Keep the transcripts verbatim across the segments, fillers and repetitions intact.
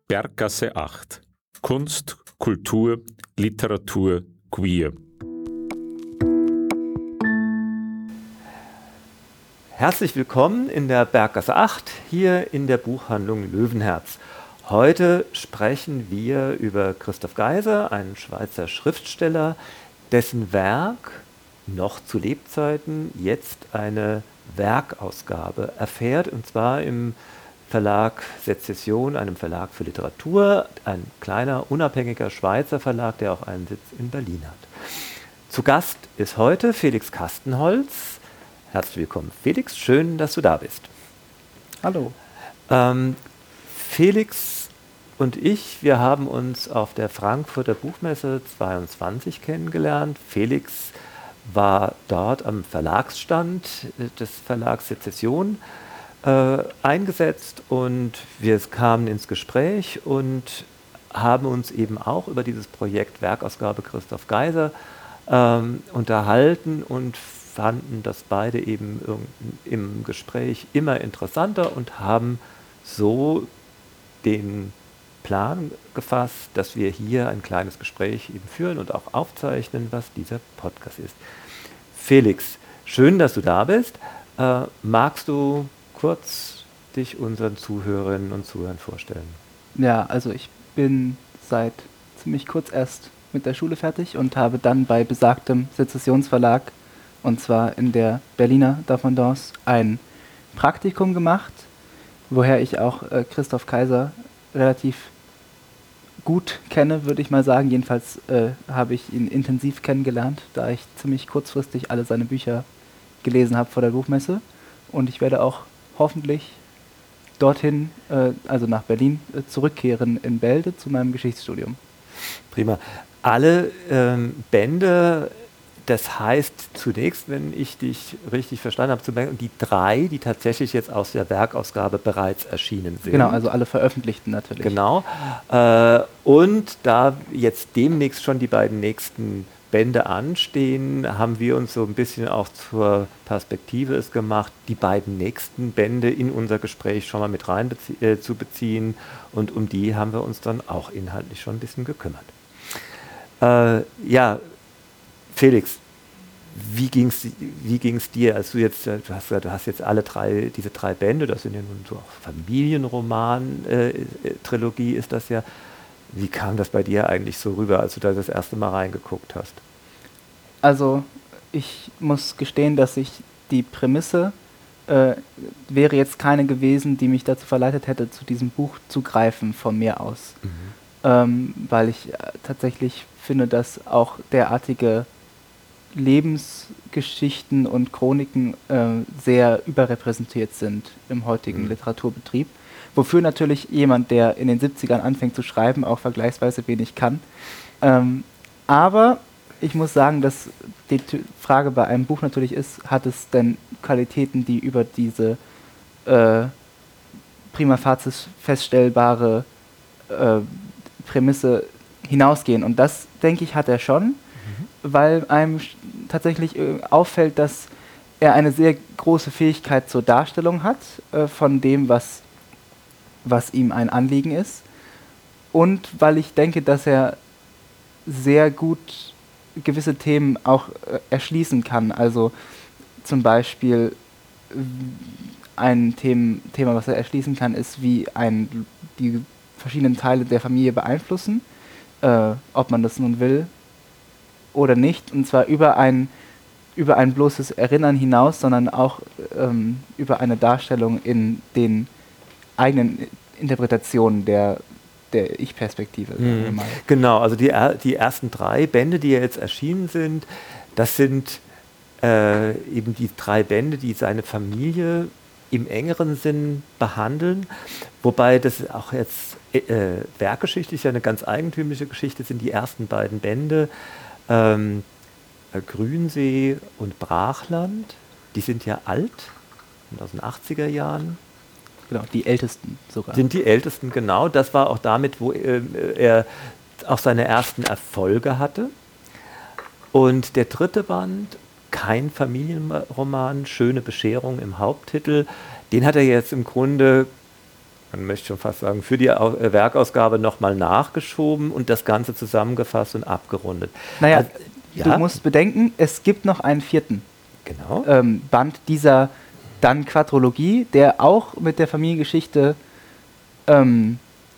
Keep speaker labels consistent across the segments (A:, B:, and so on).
A: Berggasse acht. Kunst, Kultur, Literatur, Queer.
B: Herzlich willkommen in der Berggasse acht, hier in der Buchhandlung Löwenherz. Heute sprechen wir über Christoph Geiser, einen Schweizer Schriftsteller, dessen Werk noch zu Lebzeiten jetzt eine Werkausgabe erfährt, und zwar im Verlag Sezession, einem Verlag für Literatur, ein kleiner, unabhängiger Schweizer Verlag, der auch einen Sitz in Berlin hat. Zu Gast ist heute Felix Kastenholz. Herzlich willkommen, Felix. Schön, dass du da bist.
C: Hallo.
B: Ähm, Felix und ich, wir haben uns auf der Frankfurter Buchmesse zweiundzwanzig kennengelernt. Felix war dort am Verlagsstand des Verlags Sezession äh, eingesetzt und wir kamen ins Gespräch und haben uns eben auch über dieses Projekt Werkausgabe Christoph Geiser ähm, unterhalten und fanden das beide eben im Gespräch immer interessanter und haben so den Plan gefasst, dass wir hier ein kleines Gespräch eben führen und auch aufzeichnen, was dieser Podcast ist. Felix, schön, dass du da bist. Äh, magst du kurz dich unseren Zuhörerinnen und Zuhörern vorstellen?
C: Ja, also ich bin seit ziemlich kurz erst mit der Schule fertig und habe dann bei besagtem Sezessionsverlag, und zwar in der Berliner Dependance, ein Praktikum gemacht, woher ich auch äh, Christoph Geiser relativ gut kenne, würde ich mal sagen. Jedenfalls äh, habe ich ihn intensiv kennengelernt, da ich ziemlich kurzfristig alle seine Bücher gelesen habe vor der Buchmesse. Und ich werde auch hoffentlich dorthin, äh, also nach Berlin, äh, zurückkehren in Bälde zu meinem Geschichtsstudium.
B: Prima. Alle ähm, Bände, das heißt zunächst, wenn ich dich richtig verstanden habe, zu merken, die drei, die tatsächlich jetzt aus der Werkausgabe bereits erschienen sind.
C: Genau, also alle veröffentlichten natürlich.
B: Genau. Äh, und da jetzt demnächst schon die beiden nächsten Bände anstehen, haben wir uns so ein bisschen auch zur Perspektive es gemacht, die beiden nächsten Bände in unser Gespräch schon mal mit rein bezie- äh, zu beziehen. Und um die haben wir uns dann auch inhaltlich schon ein bisschen gekümmert. Äh, ja, Felix, wie ging es wie ging's dir, als du jetzt, du hast, du hast jetzt alle drei, diese drei Bände, das sind ja nun so auch Familienroman-Trilogie ist das ja. Wie kam das bei dir eigentlich so rüber, als du da das erste Mal reingeguckt hast?
C: Also ich muss gestehen, dass ich die Prämisse äh, wäre jetzt keine gewesen, die mich dazu verleitet hätte, zu diesem Buch zu greifen von mir aus.
B: Mhm.
C: Ähm, weil ich äh, tatsächlich finde, dass auch derartige Lebensgeschichten und Chroniken äh, sehr überrepräsentiert sind im heutigen
B: Mhm.
C: Literaturbetrieb. Wofür natürlich jemand, der in den siebzigern anfängt zu schreiben, auch vergleichsweise wenig kann. Ähm, aber ich muss sagen, dass die T- Frage bei einem Buch natürlich ist, hat es denn Qualitäten, die über diese äh, prima facie feststellbare äh, Prämisse hinausgehen. Und das, denke ich, hat er schon, mhm. weil einem sch- tatsächlich äh, auffällt, dass er eine sehr große Fähigkeit zur Darstellung hat äh, von dem, was was ihm ein Anliegen ist, und weil ich denke, dass er sehr gut gewisse Themen auch äh, erschließen kann. Also zum Beispiel äh, ein Them- Thema, was er erschließen kann, ist, wie ein, die verschiedenen Teile der Familie beeinflussen, äh, ob man das nun will oder nicht, und zwar über ein, über ein bloßes Erinnern hinaus, sondern auch ähm, über eine Darstellung in den eigenen Interpretationen der, der Ich-Perspektive. sagen wir
B: Mhm.
C: mal.
B: Genau, also die, er- die ersten drei Bände, die jetzt erschienen sind, das sind äh, eben die drei Bände, die seine Familie im engeren Sinn behandeln, wobei das auch jetzt äh, werkgeschichtlich eine ganz eigentümliche Geschichte sind. Die ersten beiden Bände, ähm, äh, Grünsee und Brachland, die sind ja alt, sind aus den achtziger Jahren.
C: Genau, die ältesten sogar.
B: Sind die ältesten, genau. Das war auch damit, wo äh, er auch seine ersten Erfolge hatte. Und der dritte Band, kein Familienroman, Schöne Bescherung im Haupttitel, den hat er jetzt im Grunde man möchte schon fast sagen, für die Au- äh, Werkausgabe nochmal nachgeschoben und das Ganze zusammengefasst und abgerundet.
C: Naja,
B: Also,
C: du
B: ja,
C: musst bedenken, es gibt noch einen vierten
B: genau.
C: ähm, Band dieser dann Quadrologie, der auch mit der Familiengeschichte ähm,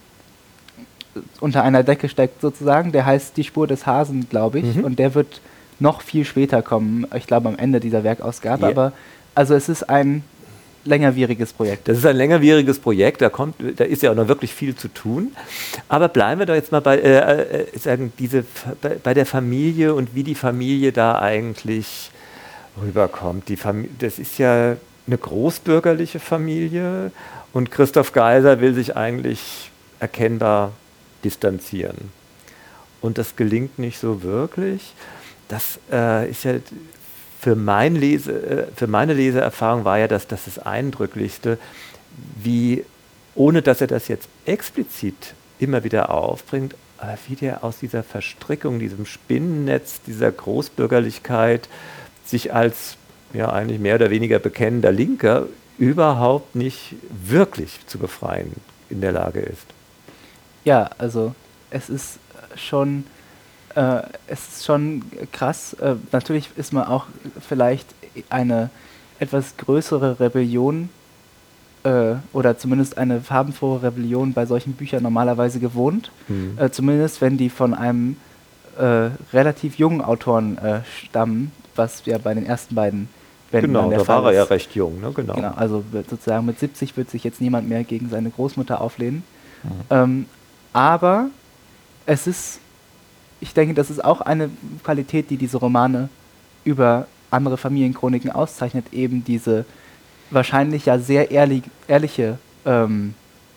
C: unter einer Decke steckt sozusagen. Der heißt Die Spur des Hasen, glaube ich.
B: Mhm.
C: Und der wird noch viel später kommen. Ich glaube am Ende dieser Werkausgabe.
B: Ja.
C: Aber also es ist ein längerwieriges Projekt.
B: Das ist ein längerwieriges Projekt, da, kommt, da ist ja auch noch wirklich viel zu tun. Aber bleiben wir doch jetzt mal bei, äh, äh, sagen, diese, bei, bei der Familie und wie die Familie da eigentlich rüberkommt. Die Famili- das ist ja eine großbürgerliche Familie und Christoph Geiser will sich eigentlich erkennbar distanzieren. Und das gelingt nicht so wirklich. Das äh, ist ja für, mein Lese, äh, für meine Leseerfahrung war ja das, das das Eindrücklichste, wie, ohne dass er das jetzt explizit immer wieder aufbringt, aber wie der aus dieser Verstrickung, diesem Spinnennetz, dieser Großbürgerlichkeit sich als ja eigentlich mehr oder weniger bekennender Linker überhaupt nicht wirklich zu befreien in der Lage ist.
C: Ja, also es ist schon, äh, es ist schon krass. Äh, natürlich ist man auch vielleicht eine etwas größere Rebellion äh, oder zumindest eine farbenfrohe Rebellion bei solchen Büchern normalerweise gewohnt.
B: Hm.
C: Äh, zumindest wenn die von einem äh, relativ jungen Autoren äh, stammen, was ja bei den ersten beiden Bänden
B: Genau,
C: der
B: da
C: Fall
B: war er ja
C: ist.
B: recht jung, ne? Genau.
C: Genau, also wird sozusagen mit siebzig wird sich jetzt niemand mehr gegen seine Großmutter auflehnen.
B: Mhm.
C: Ähm, aber es ist, ich denke, das ist auch eine Qualität, die diese Romane über andere Familienchroniken auszeichnet, eben diese wahrscheinlich ja sehr ehrlich, ehrliche, ähm,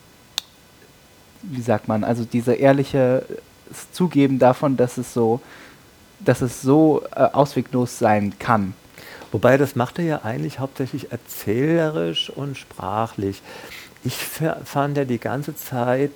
C: wie sagt man, also diese ehrliche Zugeben davon, dass es so, dass es so äh, ausweglos sein kann.
B: Wobei, das macht er ja eigentlich hauptsächlich erzählerisch und sprachlich. Ich f- fand er die ganze Zeit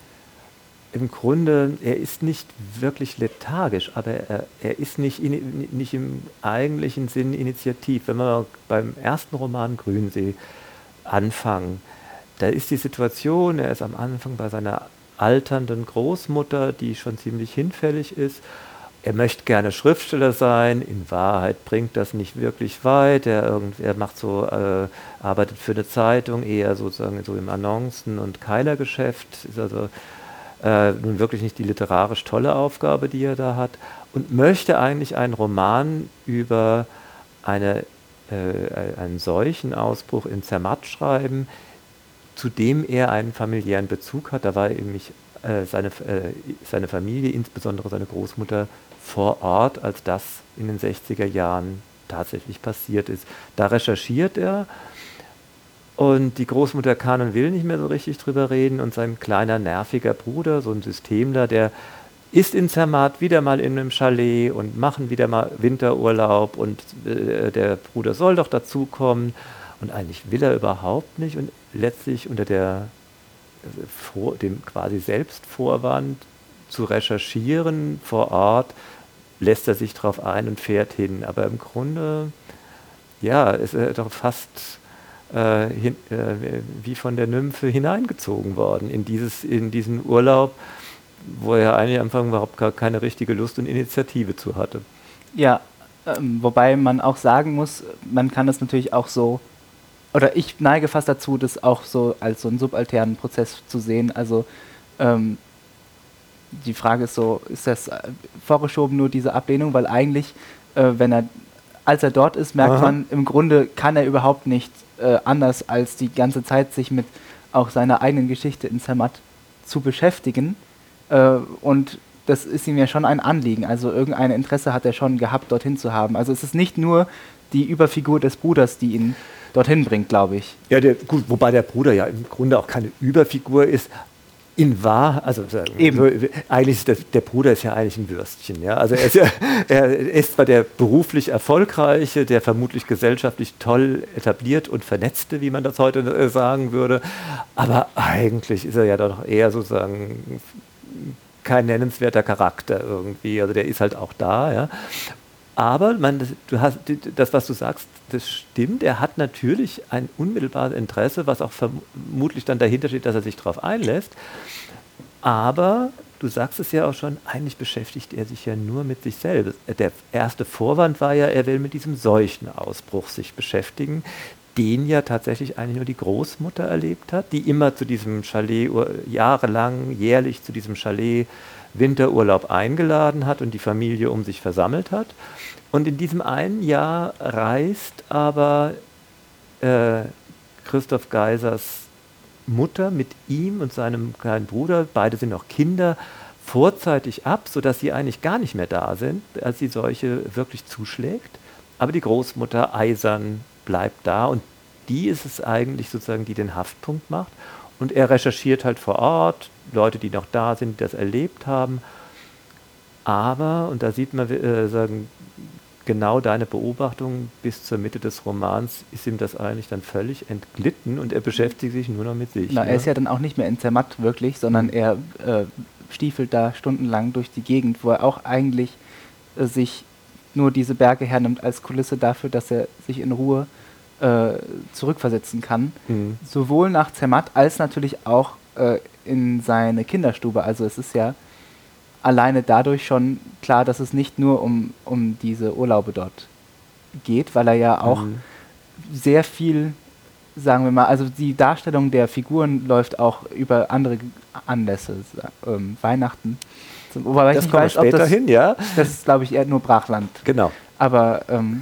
B: im Grunde, er ist nicht wirklich lethargisch, aber er, er ist nicht, in, nicht im eigentlichen Sinn initiativ. Wenn wir beim ersten Roman Grünsee anfangen, da ist die Situation, er ist am Anfang bei seiner alternden Großmutter, die schon ziemlich hinfällig ist. Er möchte gerne Schriftsteller sein, in Wahrheit bringt das nicht wirklich weit. Er, irgend, er macht so, äh, arbeitet für eine Zeitung, eher sozusagen so im Annoncen- und Keilergeschäft. Ist also äh, nun wirklich nicht die literarisch tolle Aufgabe, die er da hat. Und möchte eigentlich einen Roman über eine, äh, einen solchen Ausbruch in Zermatt schreiben, zu dem er einen familiären Bezug hat. Da war nämlich äh, seine, äh, seine Familie, insbesondere seine Großmutter, vor Ort, als das in den sechziger Jahren tatsächlich passiert ist. Da recherchiert er und die Großmutter kann und will nicht mehr so richtig drüber reden und sein kleiner nerviger Bruder, so ein Systemler, der ist in Zermatt wieder mal in einem Chalet und machen wieder mal Winterurlaub und äh, der Bruder soll doch dazukommen und eigentlich will er überhaupt nicht und letztlich unter der, äh, vor, dem quasi Selbstvorwand zu recherchieren vor Ort, lässt er sich drauf ein und fährt hin. Aber im Grunde, ja, ist er doch fast äh, hin, äh, wie von der Nymphe hineingezogen worden in, dieses, in diesen Urlaub, wo er eigentlich am Anfang überhaupt gar keine richtige Lust und Initiative zu hatte.
C: Ja, ähm, wobei man auch sagen muss, man kann das natürlich auch so, oder ich neige fast dazu, das auch so als so einen subalternen Prozess zu sehen. Also ähm, die Frage ist so, ist das äh, vorgeschoben nur diese Ablehnung, weil eigentlich, äh, wenn er, als er dort ist, merkt
B: Aha.
C: man, im Grunde kann er überhaupt nicht äh, anders, als die ganze Zeit sich mit auch seiner eigenen Geschichte in Zermatt zu beschäftigen. Äh, und das ist ihm ja schon ein Anliegen. Also irgendein Interesse hat er schon gehabt, dorthin zu haben. Also es ist nicht nur die Überfigur des Bruders, die ihn dorthin bringt, glaube ich.
B: Ja, der, gut, wobei der Bruder ja im Grunde auch keine Überfigur ist. In wahr, also
C: Eben.
B: So, eigentlich ist der, der Bruder ist ja eigentlich ein Würstchen, ja. Also er ist, ja, er ist zwar der beruflich Erfolgreiche, der vermutlich gesellschaftlich toll etabliert und vernetzte, wie man das heute äh, sagen würde, aber eigentlich ist er ja doch eher sozusagen kein nennenswerter Charakter irgendwie. Also der ist halt auch da, ja. aber man, das, du hast, das, was du sagst, das stimmt. Er hat natürlich ein unmittelbares Interesse, was auch vermutlich dann dahinter steht, dass er sich darauf einlässt. Aber du sagst es ja auch schon, eigentlich beschäftigt er sich ja nur mit sich selbst. Der erste Vorwand war ja, er will mit diesem Seuchenausbruch sich beschäftigen, den ja tatsächlich eigentlich nur die Großmutter erlebt hat, die immer zu diesem Chalet, jahrelang, jährlich zu diesem Chalet Winterurlaub eingeladen hat und die Familie um sich versammelt hat. Und in diesem einen Jahr reist aber äh, Christoph Geisers Mutter mit ihm und seinem kleinen Bruder, beide sind noch Kinder, vorzeitig ab, sodass sie eigentlich gar nicht mehr da sind, als die Seuche wirklich zuschlägt. Aber die Großmutter eisern bleibt da und die ist es eigentlich sozusagen, die den Haftpunkt macht. Und er recherchiert halt vor Ort, Leute, die noch da sind, die das erlebt haben. Aber, und da sieht man äh, sagen, genau deine Beobachtung, bis zur Mitte des Romans ist ihm das eigentlich dann völlig entglitten und er beschäftigt sich nur noch mit sich.
C: Na,
B: ne?
C: Er ist ja dann auch nicht mehr in Zermatt wirklich, sondern
B: Mhm.
C: er äh, stiefelt da stundenlang durch die Gegend, wo er auch eigentlich äh, sich nur diese Berge hernimmt als Kulisse dafür, dass er sich in Ruhe äh, zurückversetzen kann.
B: Mhm.
C: Sowohl nach Zermatt als natürlich auch äh, in seine Kinderstube. Also es ist ja alleine dadurch schon klar, dass es nicht nur um, um diese Urlaube dort geht, weil er ja auch
B: Mhm.
C: sehr viel, sagen wir mal, also die Darstellung der Figuren läuft auch über andere G- Anlässe, sa- ähm, Weihnachten. Zum, wobei ich
B: Das
C: nicht
B: kommen wir
C: weiß, ob
B: später
C: das,
B: hin, ja?
C: das ist, glaube ich, eher nur Brachland.
B: Genau.
C: Aber ähm,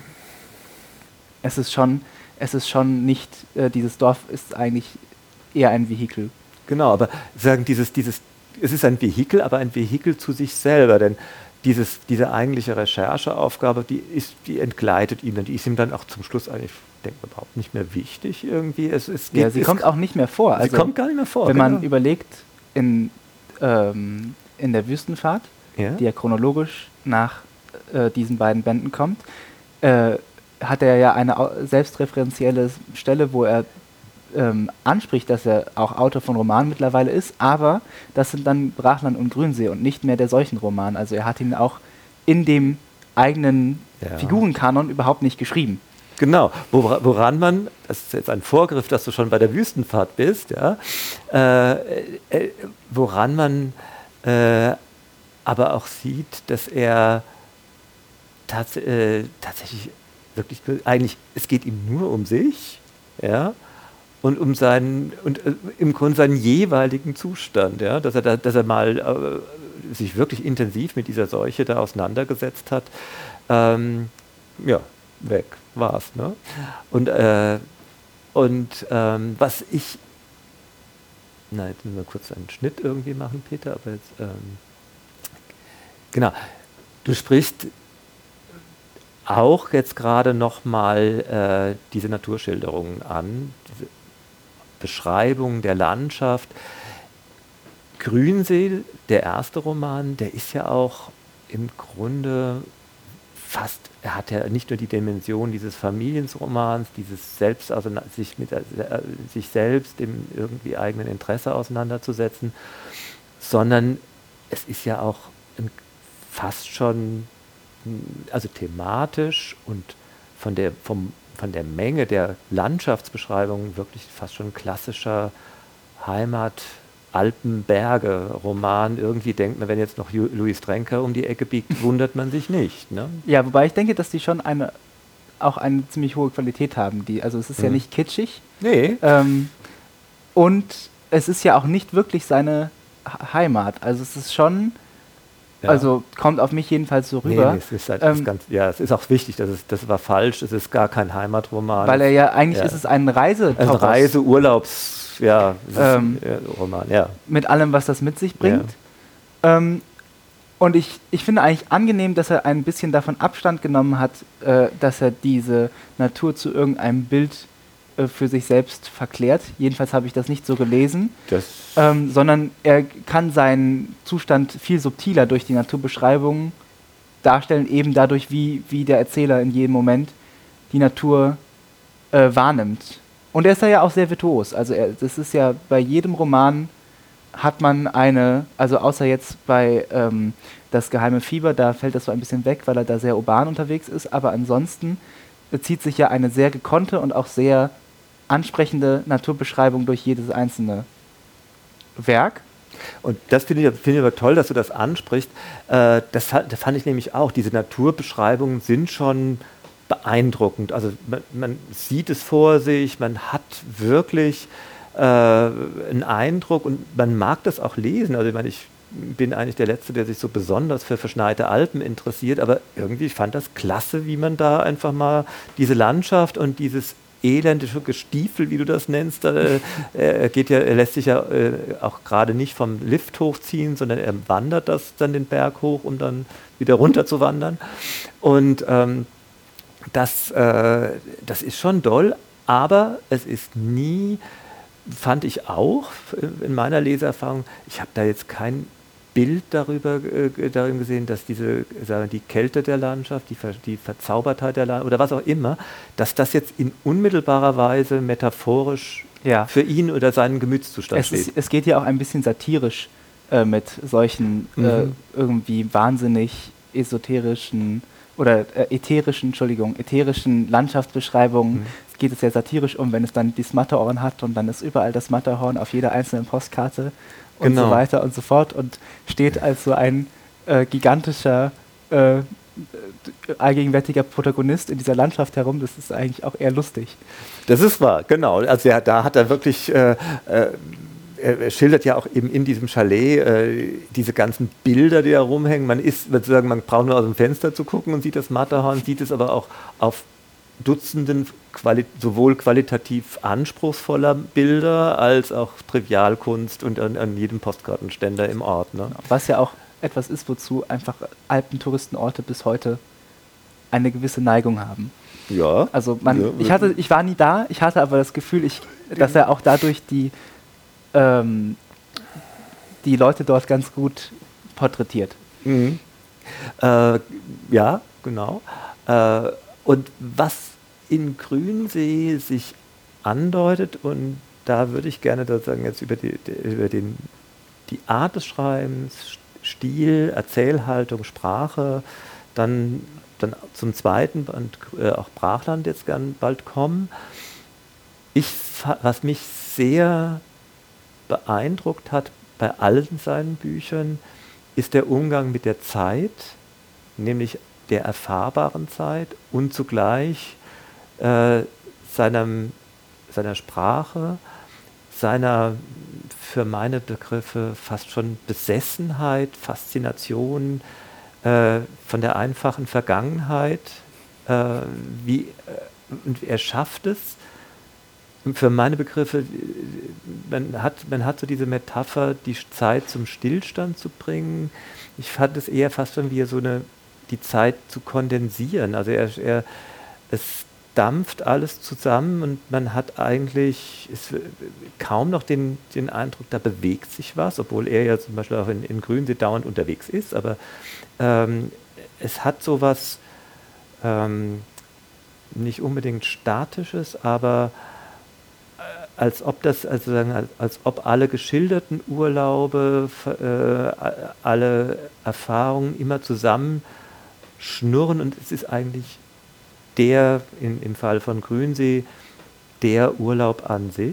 C: es ist schon, es ist schon nicht, äh, dieses Dorf ist eigentlich eher ein Vehikel.
B: Genau, aber sagen dieses, dieses, es ist ein Vehikel, aber ein Vehikel zu sich selber, denn dieses, diese eigentliche Rechercheaufgabe, die ist, die entgleitet ihm dann, die ist ihm dann auch zum Schluss eigentlich, denke ich, überhaupt nicht mehr wichtig irgendwie. Es, es
C: Ja,
B: geht-
C: sie
B: es,
C: kommt auch nicht mehr vor.
B: sie
C: Also,
B: kommt gar nicht mehr vor.
C: wenn man
B: genau.
C: überlegt, in, ähm, in der Wüstenfahrt,
B: ja?
C: die ja chronologisch nach äh, diesen beiden Bänden kommt, äh, hat er ja eine au- selbstreferenzielle Stelle, wo er ähm, anspricht, dass er auch Autor von Romanen mittlerweile ist, aber das sind dann Brachland und Grünsee und nicht mehr der Seuchenroman. Also er hat ihn auch in dem eigenen
B: Ja.
C: Figurenkanon überhaupt nicht geschrieben.
B: Genau, Wora- woran man, das ist jetzt ein Vorgriff, dass du schon bei der Wüstenfahrt bist, ja, äh, äh, woran man äh, aber auch sieht, dass er tats äh, tatsächlich wirklich nur- eigentlich, es geht ihm nur um sich, ja, und um seinen, und äh, im Grunde seinen jeweiligen Zustand, ja, dass er, da, dass er mal äh, sich wirklich intensiv mit dieser Seuche da auseinandergesetzt hat, ähm, ja, weg war's, ne? Und, äh, und ähm, was ich, na, jetzt müssen wir kurz einen Schnitt irgendwie machen, Peter, aber jetzt, ähm, genau, du sprichst auch jetzt gerade nochmal äh, diese Naturschilderungen an, diese Beschreibung der Landschaft. Grünsee, der erste Roman, der ist ja auch im Grunde fast, er hat ja nicht nur die Dimension dieses Familienromans, dieses selbst auseina- sich mit äh, sich selbst im irgendwie eigenen Interesse auseinanderzusetzen, sondern es ist ja auch ein, fast schon, also thematisch und von der, vom, von der Menge der Landschaftsbeschreibungen wirklich fast schon klassischer Heimat, Alpen, Berge, Roman. Irgendwie denkt man, wenn jetzt noch Ju- Louis Trenker um die Ecke biegt, wundert man sich nicht. Ne?
C: Ja, wobei ich denke, dass die schon eine auch eine ziemlich hohe Qualität haben. Die, also es ist ja
B: Mhm.
C: nicht kitschig.
B: Nee.
C: Ähm, und es ist ja auch nicht wirklich seine H- Heimat. Also es ist schon,
B: Ja.
C: also kommt auf mich jedenfalls so
B: Nee,
C: rüber,
B: nee, es ist halt
C: ähm,
B: das ganz, ja, es ist auch wichtig, dass es, das war falsch, es ist gar kein Heimatroman.
C: weil er ja, eigentlich
B: Ja.
C: ist es ein Reisetopos
B: ein Reise-, Urlaubs-, ja, es ist
C: Ähm,
B: ein, ja, Roman, ja.
C: mit allem, was das mit sich bringt. Ähm, und ich, ich finde eigentlich angenehm, dass er ein bisschen davon Abstand genommen hat, äh, dass er diese Natur zu irgendeinem Bild äh, für sich selbst verklärt. Jedenfalls habe ich das nicht so gelesen.
B: Das,
C: Ähm, sondern er kann seinen Zustand viel subtiler durch die Naturbeschreibungen darstellen, eben dadurch, wie, wie der Erzähler in jedem Moment die Natur äh, wahrnimmt. Und er ist da ja auch sehr virtuos. Also er, das ist ja bei jedem Roman hat man eine, also außer jetzt bei ähm, das geheime Fieber, da fällt das so ein bisschen weg, weil er da sehr urban unterwegs ist, aber ansonsten zieht sich ja eine sehr gekonnte und auch sehr ansprechende Naturbeschreibung durch jedes einzelne Werk.
B: Und das finde ich, find ich aber toll, dass du das ansprichst. Äh, das, das fand ich nämlich auch. Diese Naturbeschreibungen sind schon beeindruckend. Also man, man sieht es vor sich, man hat wirklich äh, einen Eindruck und man mag das auch lesen. Also ich meine, ich bin eigentlich der Letzte, der sich so besonders für verschneite Alpen interessiert, aber irgendwie, ich fand das klasse, wie man da einfach mal diese Landschaft und dieses elendige Gestiefel, wie du das nennst, äh, er, geht ja, er lässt sich ja äh, auch gerade nicht vom Lift hochziehen, sondern er wandert das dann den Berg hoch, um dann wieder runter zu wandern. Und ähm, das, äh, das ist schon doll, aber es ist nie, fand ich auch in meiner Leseerfahrung, ich habe da jetzt kein Bild darüber äh, darin gesehen, dass diese, sagen, die Kälte der Landschaft, die, Ver, die Verzaubertheit der Landschaft oder was auch immer, dass das jetzt in unmittelbarer Weise metaphorisch ja. für ihn oder seinen Gemütszustand
C: es
B: steht.
C: Ist, es geht ja auch ein bisschen satirisch äh, mit solchen mhm. äh, irgendwie wahnsinnig esoterischen oder äh, ätherischen, Entschuldigung, ätherischen Landschaftsbeschreibungen. Mhm. Es geht es sehr satirisch um, wenn es dann das Matterhorn hat und dann ist überall das Matterhorn auf jeder einzelnen Postkarte. Und genau. so weiter und so fort und steht als so ein äh, gigantischer, äh, allgegenwärtiger Protagonist in dieser Landschaft herum. Das ist eigentlich auch eher lustig.
B: Das ist wahr, genau. Also ja, da hat er wirklich, äh, äh, er schildert ja auch eben in diesem Chalet äh, diese ganzen Bilder, die da rumhängen. Man ist, sozusagen, man braucht nur aus dem Fenster zu gucken und sieht das Matterhorn, sieht es aber auch auf Dutzenden quali- sowohl qualitativ anspruchsvoller Bilder als auch Trivialkunst und an, an jedem Postkartenständer im Ort. Ne?
C: Was ja auch etwas ist, wozu einfach Alpentouristenorte bis heute eine gewisse Neigung haben.
B: Ja.
C: Also man,
B: ja.
C: ich hatte, ich war nie da, ich hatte aber das Gefühl, ich, dass er auch dadurch die, ähm, die Leute dort ganz gut porträtiert.
B: Mhm. Äh, ja, genau. Äh, Und was in Grünsee sich andeutet, und da würde ich gerne sozusagen jetzt über die, über den, die Art des Schreibens, Stil, Erzählhaltung, Sprache, dann, dann zum zweiten Band äh, auch Brachland jetzt gern bald kommen. Ich, was mich sehr beeindruckt hat bei allen seinen Büchern, ist der Umgang mit der Zeit, nämlich der erfahrbaren Zeit und zugleich äh, seinem, seiner Sprache, seiner für meine Begriffe fast schon Besessenheit, Faszination äh, von der einfachen Vergangenheit. Äh, wie, äh, und er schafft es, für meine Begriffe, man hat, man hat so diese Metapher, die Zeit zum Stillstand zu bringen. Ich fand es eher fast schon wie so eine die Zeit zu kondensieren. Also er, er, es dampft alles zusammen und man hat eigentlich es, kaum noch den, den Eindruck, da bewegt sich was, obwohl er ja zum Beispiel auch in, in Grünsee dauernd unterwegs ist, aber ähm, es hat sowas ähm, nicht unbedingt Statisches, aber äh, als ob das, also sagen, als, als ob alle geschilderten Urlaube, äh, alle Erfahrungen immer zusammen schnurren und es ist eigentlich der, in, im Fall von Grünsee, der Urlaub an sich.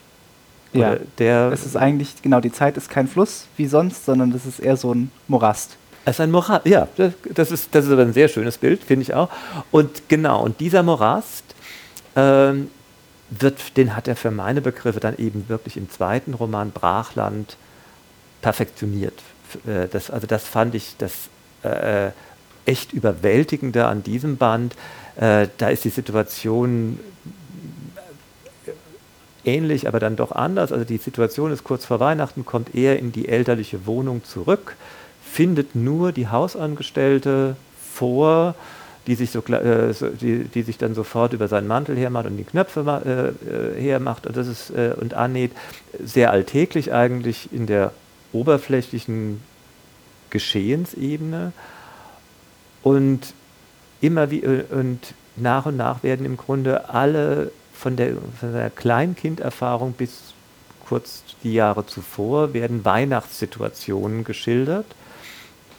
C: Ja, der es ist eigentlich, genau, die Zeit ist kein Fluss wie sonst, sondern das ist eher so ein Morast.
B: Es ist ein Morast, ja, das ist, das ist aber ein sehr schönes Bild, finde ich auch. Und genau, und dieser Morast, ähm, wird, den hat er für meine Begriffe dann eben wirklich im zweiten Roman Brachland perfektioniert. Das, also das fand ich das äh, echt Überwältigende an diesem Band. Äh, da ist die Situation ähnlich, aber dann doch anders. Also die Situation ist kurz vor Weihnachten, kommt er in die elterliche Wohnung zurück, findet nur die Hausangestellte vor, die sich, so, äh, die, die sich dann sofort über seinen Mantel hermacht und die Knöpfe äh, hermacht und, das ist, äh, und annäht. Sehr alltäglich eigentlich in der oberflächlichen Geschehensebene. Und immer wie, und nach und nach werden im Grunde alle von der, von der Kleinkinderfahrung bis kurz die Jahre zuvor werden Weihnachtssituationen geschildert,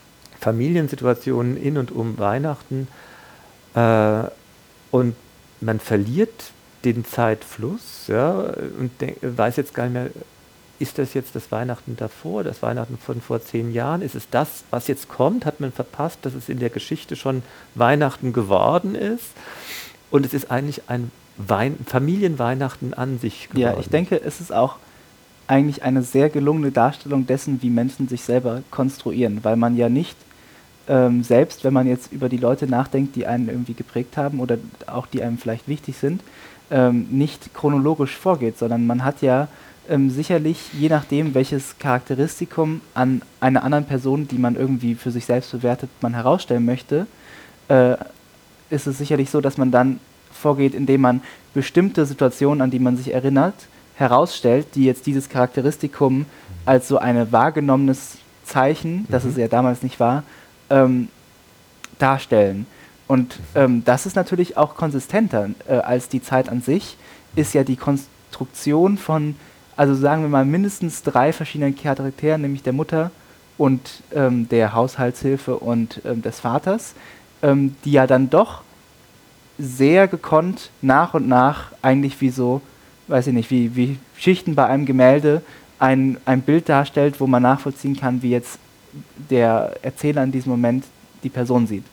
B: Familiensituationen in und um Weihnachten äh, und man verliert den Zeitfluss, ja, und denk, weiß jetzt gar nicht mehr, ist das jetzt das Weihnachten davor, das Weihnachten von vor zehn Jahren? Ist es das, was jetzt kommt? Hat man verpasst, dass es in der Geschichte schon Weihnachten geworden ist? Und es ist eigentlich ein Wein- Familienweihnachten an sich geworden.
C: Ja, ich denke, es ist auch eigentlich eine sehr gelungene Darstellung dessen, wie Menschen sich selber konstruieren, weil man ja nicht ähm, selbst, wenn man jetzt über die Leute nachdenkt, die einen irgendwie geprägt haben oder auch die einem vielleicht wichtig sind, ähm, nicht chronologisch vorgeht, sondern man hat ja ähm, sicherlich, je nachdem, welches Charakteristikum an einer anderen Person, die man irgendwie für sich selbst bewertet, man herausstellen möchte, äh, ist es sicherlich so, dass man dann vorgeht, indem man bestimmte Situationen, an die man sich erinnert, herausstellt, die jetzt dieses Charakteristikum als so ein wahrgenommenes Zeichen, mhm. das es ja damals nicht war, ähm, darstellen. Und ähm, das ist natürlich auch konsistenter äh, als die Zeit an sich, ist ja die Konstruktion von, also sagen wir mal, mindestens drei verschiedenen Charakteren, nämlich der Mutter und ähm, der Haushaltshilfe und ähm, des Vaters, ähm, die ja dann doch sehr gekonnt nach und nach eigentlich wie so, weiß ich nicht, wie, wie Schichten bei einem Gemälde ein, ein Bild darstellt, wo man nachvollziehen kann, wie jetzt der Erzähler in diesem Moment die Person sieht.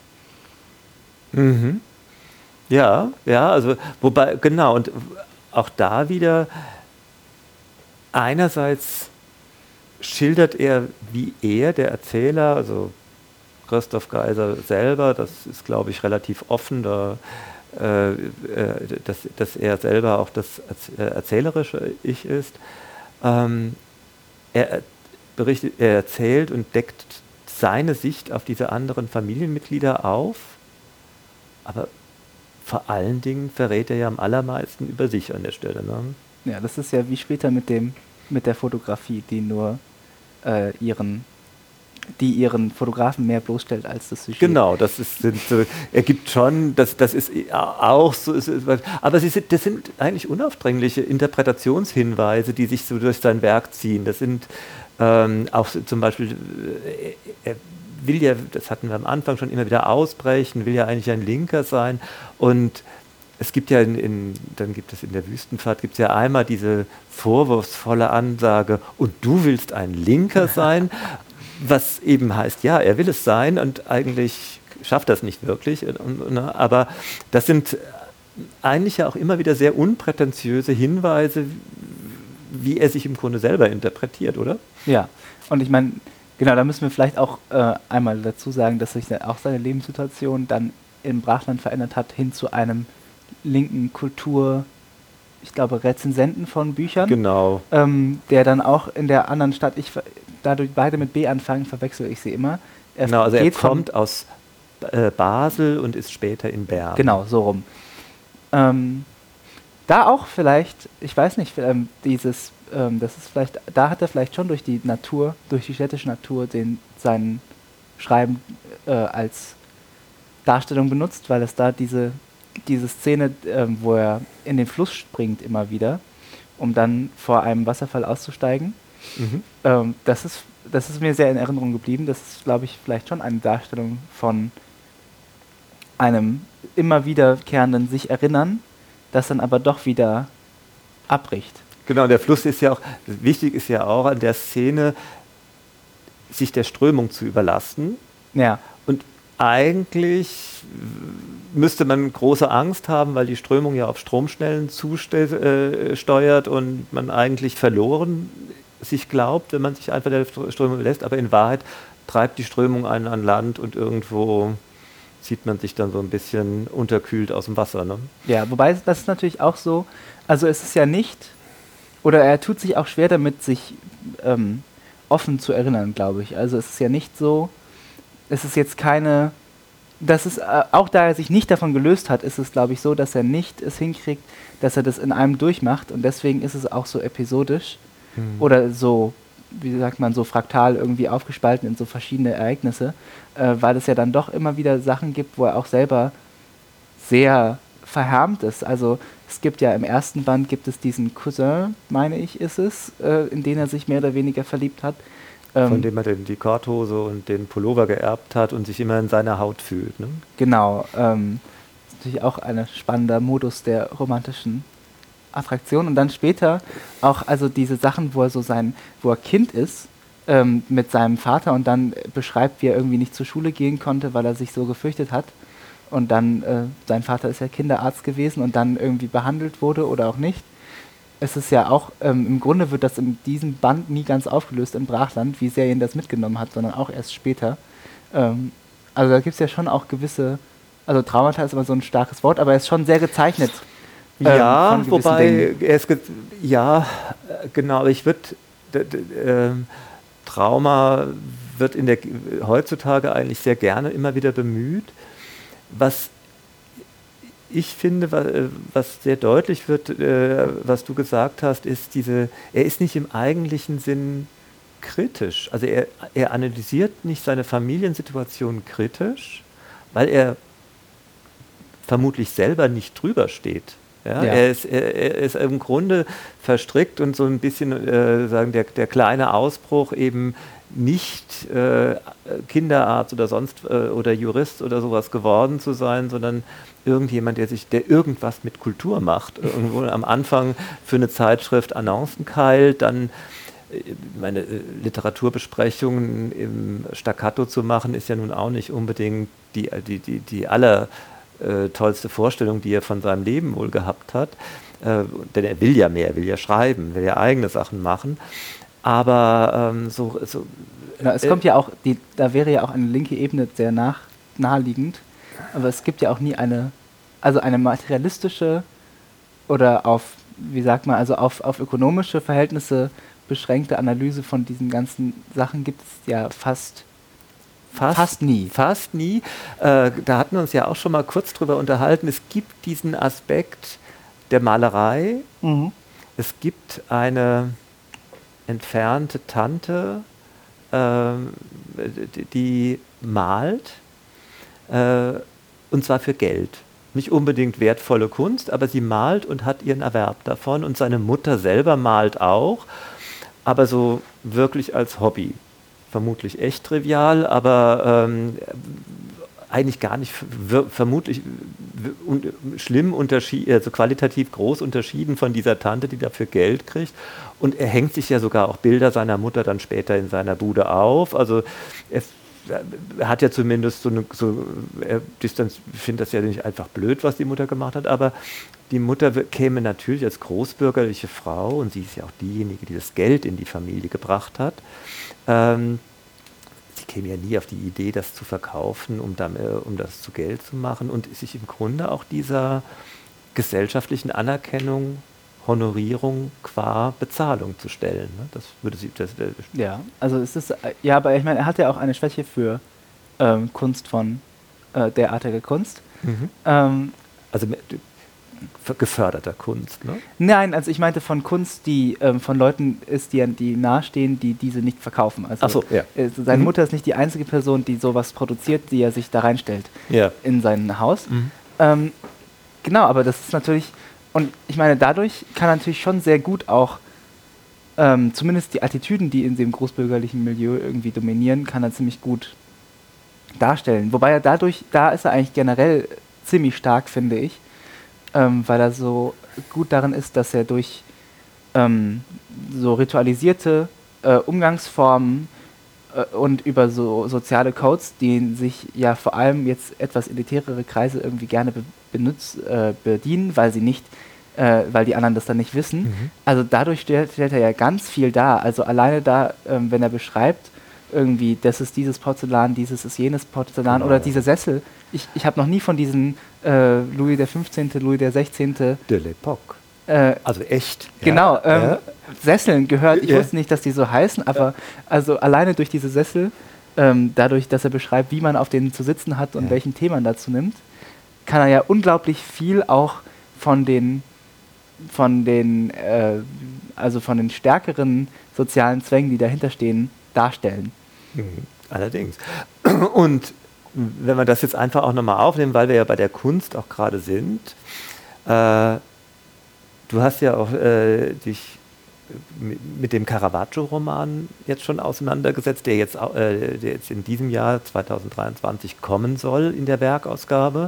B: Mhm. Ja, ja, also wobei, genau, und auch da wieder einerseits schildert er, wie er, der Erzähler, also Christoph Geiser selber, das ist, glaube ich, relativ offen, da, äh, äh, dass, dass er selber auch das erzählerische Ich ist. Ähm, er, berichtet, er erzählt und deckt seine Sicht auf diese anderen Familienmitglieder auf, aber vor allen Dingen verrät er ja am allermeisten über sich an der Stelle. Ne?
C: Ja, das ist ja wie später mit dem mit der Fotografie, die nur äh, ihren die ihren Fotografen mehr bloßstellt als das Sujet.
B: Genau, das ist, sind so, er gibt schon, das, das ist auch so, ist, aber sie sind, das sind eigentlich unaufdringliche Interpretationshinweise, die sich so durch sein Werk ziehen. Das sind ähm, auch so, zum Beispiel, er will ja, das hatten wir am Anfang schon, immer wieder ausbrechen, will ja eigentlich ein Linker sein, und es gibt ja, in, in, dann gibt es in der Wüstenfahrt, gibt es ja einmal diese vorwurfsvolle Ansage, und du willst ein Linker sein, was eben heißt, ja, er will es sein und eigentlich schafft das nicht wirklich, aber das sind eigentlich ja auch immer wieder sehr unprätentiöse Hinweise, wie er sich im Grunde selber interpretiert, oder?
C: Ja, und ich meine, genau, da müssen wir vielleicht auch äh, einmal dazu sagen, dass sich auch seine Lebenssituation dann im Brachland verändert hat, hin zu einem linken Kultur, ich glaube, Rezensenten von Büchern.
B: Genau.
C: Ähm, der dann auch in der anderen Stadt, ich dadurch beide mit B anfangen, verwechsel ich sie immer.
B: Er genau, also er kommt aus äh, Basel und ist später in Bern.
C: Genau, so rum. Ähm, da auch vielleicht, ich weiß nicht, ähm, dieses, ähm, das ist vielleicht, da hat er vielleicht schon durch die Natur, durch die städtische Natur den sein Schreiben äh, als Darstellung benutzt, weil es da diese, diese Szene, äh, wo er in den Fluss springt immer wieder, um dann vor einem Wasserfall auszusteigen. Mhm. Ähm, das ist, das ist mir sehr in Erinnerung geblieben. Das ist, glaube ich, vielleicht schon eine Darstellung von einem immer wiederkehrenden sich erinnern, das dann aber doch wieder abbricht.
B: Genau, der Fluss ist ja auch, wichtig ist ja auch an der Szene, sich der Strömung zu überlassen.
C: Ja.
B: Und eigentlich müsste man große Angst haben, weil die Strömung ja auf Stromschnellen zusteuert und man eigentlich verloren sich glaubt, wenn man sich einfach der Strömung lässt, aber in Wahrheit treibt die Strömung einen an Land und irgendwo sieht man sich dann so ein bisschen unterkühlt aus dem Wasser. Ne?
C: Ja, wobei das ist natürlich auch so, also es ist ja nicht, oder er tut sich auch schwer damit, sich ähm, offen zu erinnern, glaube ich. Also es ist ja nicht so, es ist jetzt keine, das ist, äh, auch da er sich nicht davon gelöst hat, ist es, glaube ich, so, dass er nicht es hinkriegt, dass er das in einem durchmacht, und deswegen ist es auch so episodisch. Oder so, wie sagt man, so fraktal irgendwie aufgespalten in so verschiedene Ereignisse, äh, weil es ja dann doch immer wieder Sachen gibt, wo er auch selber sehr verhärmt ist. Also es gibt ja im ersten Band gibt es diesen Cousin, meine ich, ist es, äh, in den er sich mehr oder weniger verliebt hat. Ähm,
B: Von dem er den, die Korthose und den Pullover geerbt hat und sich immer in seiner Haut fühlt. Ne?
C: Genau. Ähm, ist natürlich auch ein spannender Modus der romantischen Attraktion. Und dann später auch also diese Sachen, wo er so sein, wo er Kind ist, ähm, mit seinem Vater und dann beschreibt, wie er irgendwie nicht zur Schule gehen konnte, weil er sich so gefürchtet hat. Und dann, äh, sein Vater ist ja Kinderarzt gewesen und dann irgendwie behandelt wurde oder auch nicht. Es ist ja auch, ähm, im Grunde wird das in diesem Band nie ganz aufgelöst im Brachland, wie sehr ihn das mitgenommen hat, sondern auch erst später. Ähm, also da gibt es ja schon auch gewisse, also Traumata ist immer so ein starkes Wort, aber er ist schon sehr gezeichnet. ähm,
B: Ja,
C: von gewissen
B: wobei,
C: Dingen.
B: er ist ge ja, äh, genau, ich würde, ähm, Trauma wird in der, heutzutage eigentlich sehr gerne immer wieder bemüht. Was ich finde, wa- äh, was sehr deutlich wird, äh, was du gesagt hast, ist diese, er ist nicht im eigentlichen Sinn kritisch. Also er, er analysiert nicht seine Familiensituation kritisch, weil er vermutlich selber nicht drüber steht. Ja,
C: Ja.
B: Er, ist, er, er ist im Grunde verstrickt und so ein bisschen äh, sagen, der, der kleine Ausbruch eben nicht äh, Kinderarzt oder sonst äh, oder Jurist oder sowas geworden zu sein, sondern irgendjemand, der sich, der irgendwas mit Kultur macht. Irgendwo am Anfang für eine Zeitschrift Annoncen keilt, dann äh, meine äh, Literaturbesprechungen im Staccato zu machen, ist ja nun auch nicht unbedingt die, die, die, die aller äh, tollste Vorstellung, die er von seinem Leben wohl gehabt hat. Äh, denn er will ja mehr, er will ja schreiben, will ja eigene Sachen machen. Aber ähm, so, so
C: Ja, es
B: äh,
C: kommt ja auch, die, da wäre ja auch eine linke Ebene sehr nach, naheliegend, aber es gibt ja auch nie eine, also eine materialistische oder auf, wie sagt man, also auf, auf ökonomische Verhältnisse beschränkte Analyse von diesen ganzen Sachen gibt es ja fast,
B: Fast,
C: fast nie.
B: Fast nie. Äh, da hatten wir uns ja auch schon mal kurz drüber unterhalten. Es gibt diesen Aspekt der Malerei. Es gibt eine entfernte Tante, ähm, die, die malt, äh, und zwar für Geld. Nicht unbedingt wertvolle Kunst, aber sie malt und hat ihren Erwerb davon. Und seine Mutter selber malt auch, aber so wirklich als Hobby. Vermutlich echt trivial, aber ähm, eigentlich gar nicht ver vermutlich un schlimm unterschieden, also qualitativ groß unterschieden von dieser Tante, die dafür Geld kriegt. Und er hängt sich ja sogar auch Bilder seiner Mutter dann später in seiner Bude auf. Also er, er hat ja zumindest so eine, so, er distanz, findet das ja nicht einfach blöd, was die Mutter gemacht hat, aber die Mutter käme natürlich als großbürgerliche Frau, und sie ist ja auch diejenige, die das Geld in die Familie gebracht hat, ähm, sie käme ja nie auf die Idee, das zu verkaufen, um, damit, um das zu Geld zu machen und sich im Grunde auch dieser gesellschaftlichen Anerkennung, Honorierung qua Bezahlung zu stellen. Ne? Das würde sie. Das, das
C: Ja, also es ist, äh, ja, aber ich meine, er hat ja auch eine Schwäche für ähm, Kunst von äh, derartiger Kunst.
B: mhm.
C: Ähm,
B: Also me- d- f- geförderter Kunst. Ne?
C: Nein, also ich meinte von Kunst, die ähm, von Leuten ist, die, die nahestehen, die diese nicht verkaufen. Also
B: Ach so, ja.
C: äh, seine
B: Mhm.
C: Mutter ist nicht die einzige Person, die sowas produziert, die er sich da reinstellt
B: Ja.
C: in sein Haus.
B: Mhm.
C: Ähm, genau, aber das ist natürlich, und ich meine, dadurch kann er natürlich schon sehr gut auch, ähm, zumindest die Attitüden, die in dem großbürgerlichen Milieu irgendwie dominieren, kann er ziemlich gut darstellen. Wobei er dadurch, da ist er eigentlich generell ziemlich stark, finde ich, ähm, weil er so gut darin ist, dass er durch ähm, so ritualisierte äh, Umgangsformen äh, und über so soziale Codes, die sich ja vor allem jetzt etwas elitärere Kreise irgendwie gerne be benutzt, äh, bedienen, weil sie nicht, äh, weil die anderen das dann nicht wissen.
B: Mhm.
C: Also dadurch stellt, stellt er ja ganz viel dar. Also alleine da, ähm, wenn er beschreibt, irgendwie, das ist dieses Porzellan, dieses ist jenes Porzellan
B: Genau,
C: oder
B: ja.
C: diese Sessel. Ich, ich habe noch nie von diesen äh, Louis der fünfzehnte, Louis der sechzehnte.
B: De l'époque.
C: Äh,
B: Also echt.
C: genau,
B: Ja,
C: ähm,
B: ja.
C: Sesseln gehört. Ich
B: Ja.
C: wusste nicht, dass die so heißen, aber also alleine durch diese Sessel, ähm, dadurch, dass er beschreibt, wie man auf denen zu sitzen hat und
B: Ja.
C: welchen Themen dazu nimmt, kann er ja unglaublich viel auch von den von den äh, also von den stärkeren sozialen Zwängen, die dahinter stehen, darstellen.
B: Mhm. Allerdings. Und wenn wir das jetzt einfach auch nochmal aufnehmen, weil wir ja bei der Kunst auch gerade sind, äh, du hast ja auch äh, dich mit dem Caravaggio-Roman jetzt schon auseinandergesetzt, der jetzt, äh, der jetzt in diesem Jahr zweitausenddreiundzwanzig kommen soll in der Werkausgabe.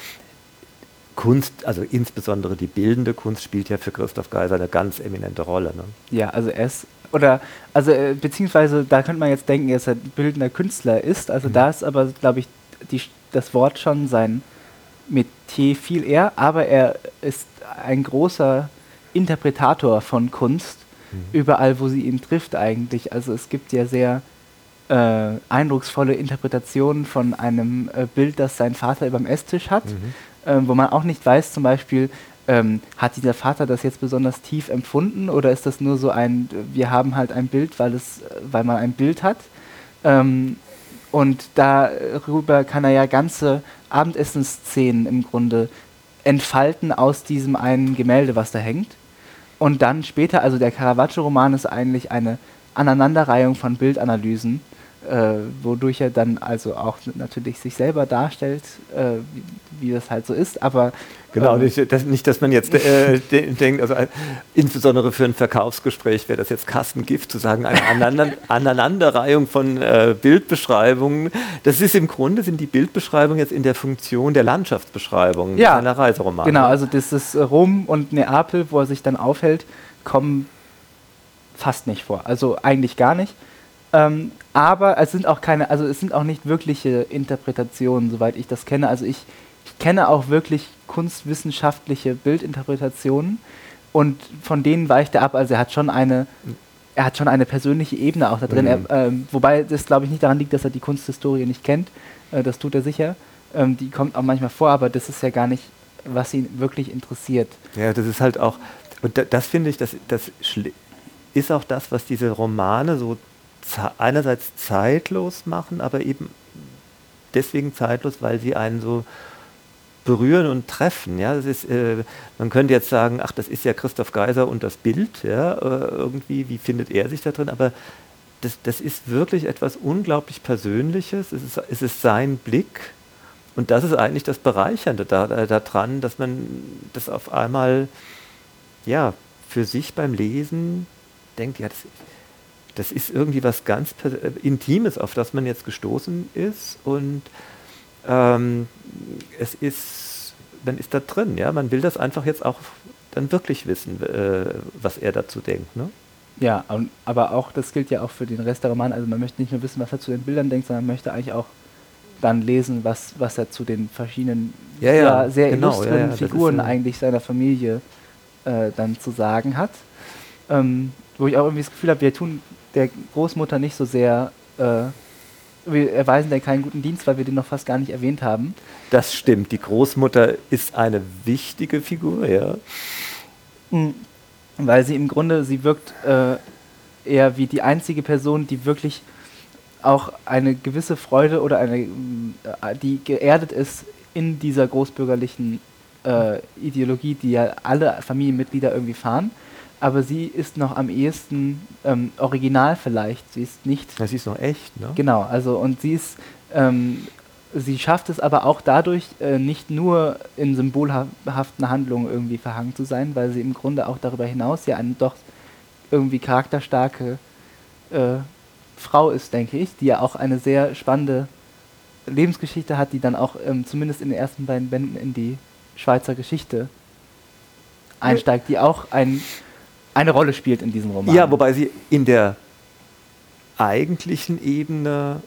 B: Kunst, also insbesondere die bildende Kunst, spielt ja für Christoph Geiser eine ganz eminente Rolle. Ne?
C: Ja, also er ist, oder, also äh, beziehungsweise da könnte man jetzt denken, dass er bildender Künstler ist, also mhm. da ist aber, glaube ich, die, das Wort schon sein Metier viel eher, aber er ist ein großer Interpretator von Kunst, mhm. überall, wo sie ihn trifft eigentlich. Also es gibt ja sehr äh, eindrucksvolle Interpretationen von einem äh, Bild, das sein Vater über dem Esstisch hat, mhm. ähm, wo man auch nicht weiß, zum Beispiel, ähm, hat dieser Vater das jetzt besonders tief empfunden oder ist das nur so ein, wir haben halt ein Bild, weil, es, weil man ein Bild hat. Ähm, und darüber kann er ja ganze Abendessensszenen im Grunde entfalten aus diesem einen Gemälde, was da hängt. Und dann später, also der Caravaggio-Roman ist eigentlich eine Aneinanderreihung von Bildanalysen, äh, wodurch er dann also auch natürlich sich selber darstellt, äh, wie, wie das halt so ist, aber...
B: Genau,
C: ähm,
B: nicht, das, nicht, dass man jetzt äh, de denkt, also äh, insbesondere für ein Verkaufsgespräch wäre das jetzt Kastengift, zu sagen, eine Aneinander Aneinanderreihung von äh, Bildbeschreibungen. Das ist im Grunde, sind die Bildbeschreibungen jetzt in der Funktion der Landschaftsbeschreibung
C: ja,
B: einer Reiseromane.
C: Genau, also das ist Rom und Neapel, wo er sich dann aufhält, kommen fast nicht vor, also eigentlich gar nicht. Ähm, aber es sind auch keine, also es sind auch nicht wirkliche Interpretationen, soweit ich das kenne. Also ich, ich kenne auch wirklich kunstwissenschaftliche Bildinterpretationen und von denen weicht er ab. Also er hat schon eine, er hat schon eine persönliche Ebene auch da drin. Mhm. Er, ähm, wobei das, glaube ich, nicht daran liegt, dass er die Kunsthistorie nicht kennt. Äh, das tut er sicher. Ähm, die kommt auch manchmal vor, aber das ist ja gar nicht, was ihn wirklich interessiert.
B: Ja, das ist halt auch, und da, das finde ich, das, das ist auch das, was diese Romane so einerseits zeitlos machen, aber eben deswegen zeitlos, weil sie einen so berühren und treffen. Ja, das ist, äh, man könnte jetzt sagen, ach, das ist ja Christoph Geiser und das Bild, ja, äh, irgendwie, wie findet er sich da drin? Aber das, das ist wirklich etwas unglaublich Persönliches. Es ist, es ist sein Blick und das ist eigentlich das Bereichernde daran, da, da dass man das auf einmal ja, für sich beim Lesen denkt, ja, das Das ist irgendwie was ganz Intimes, auf das man jetzt gestoßen ist und ähm, es ist, man ist da drin, ja, man will das einfach jetzt auch dann wirklich wissen, äh, was er dazu denkt, ne?
C: Ja, und, aber auch, das gilt ja auch für den Rest der Romane, also man möchte nicht nur wissen, was er zu den Bildern denkt, sondern man möchte eigentlich auch dann lesen, was, was er zu den verschiedenen
B: ja, ja,
C: ja, sehr
B: genau,
C: illustren
B: ja, ja,
C: Figuren
B: ist, äh,
C: eigentlich seiner Familie äh, dann zu sagen hat. Ähm, wo ich auch irgendwie das Gefühl habe, wir tun der Großmutter nicht so sehr, äh, wir erweisen der keinen guten Dienst, weil wir den noch fast gar nicht erwähnt haben.
B: Das stimmt, die Großmutter ist eine wichtige Figur, ja.
C: Mhm. Weil sie im Grunde, sie wirkt äh, eher wie die einzige Person, die wirklich auch eine gewisse Freude oder eine, äh, die geerdet ist in dieser großbürgerlichen äh, Ideologie, die ja alle Familienmitglieder irgendwie fahren. Aber sie ist noch am ehesten ähm, original vielleicht. Sie ist nicht...
B: Ja, sie ist noch echt, ne?
C: Genau, also und sie ist... Ähm, sie schafft es aber auch dadurch, äh, nicht nur in symbolhaften Handlungen irgendwie verhangen zu sein, weil sie im Grunde auch darüber hinaus ja eine doch irgendwie charakterstarke äh, Frau ist, denke ich, die ja auch eine sehr spannende Lebensgeschichte hat, die dann auch ähm, zumindest in den ersten beiden Bänden in die Schweizer Geschichte einsteigt, die auch ein... eine Rolle spielt in diesem Roman.
B: Ja, wobei sie in der eigentlichen Ebene,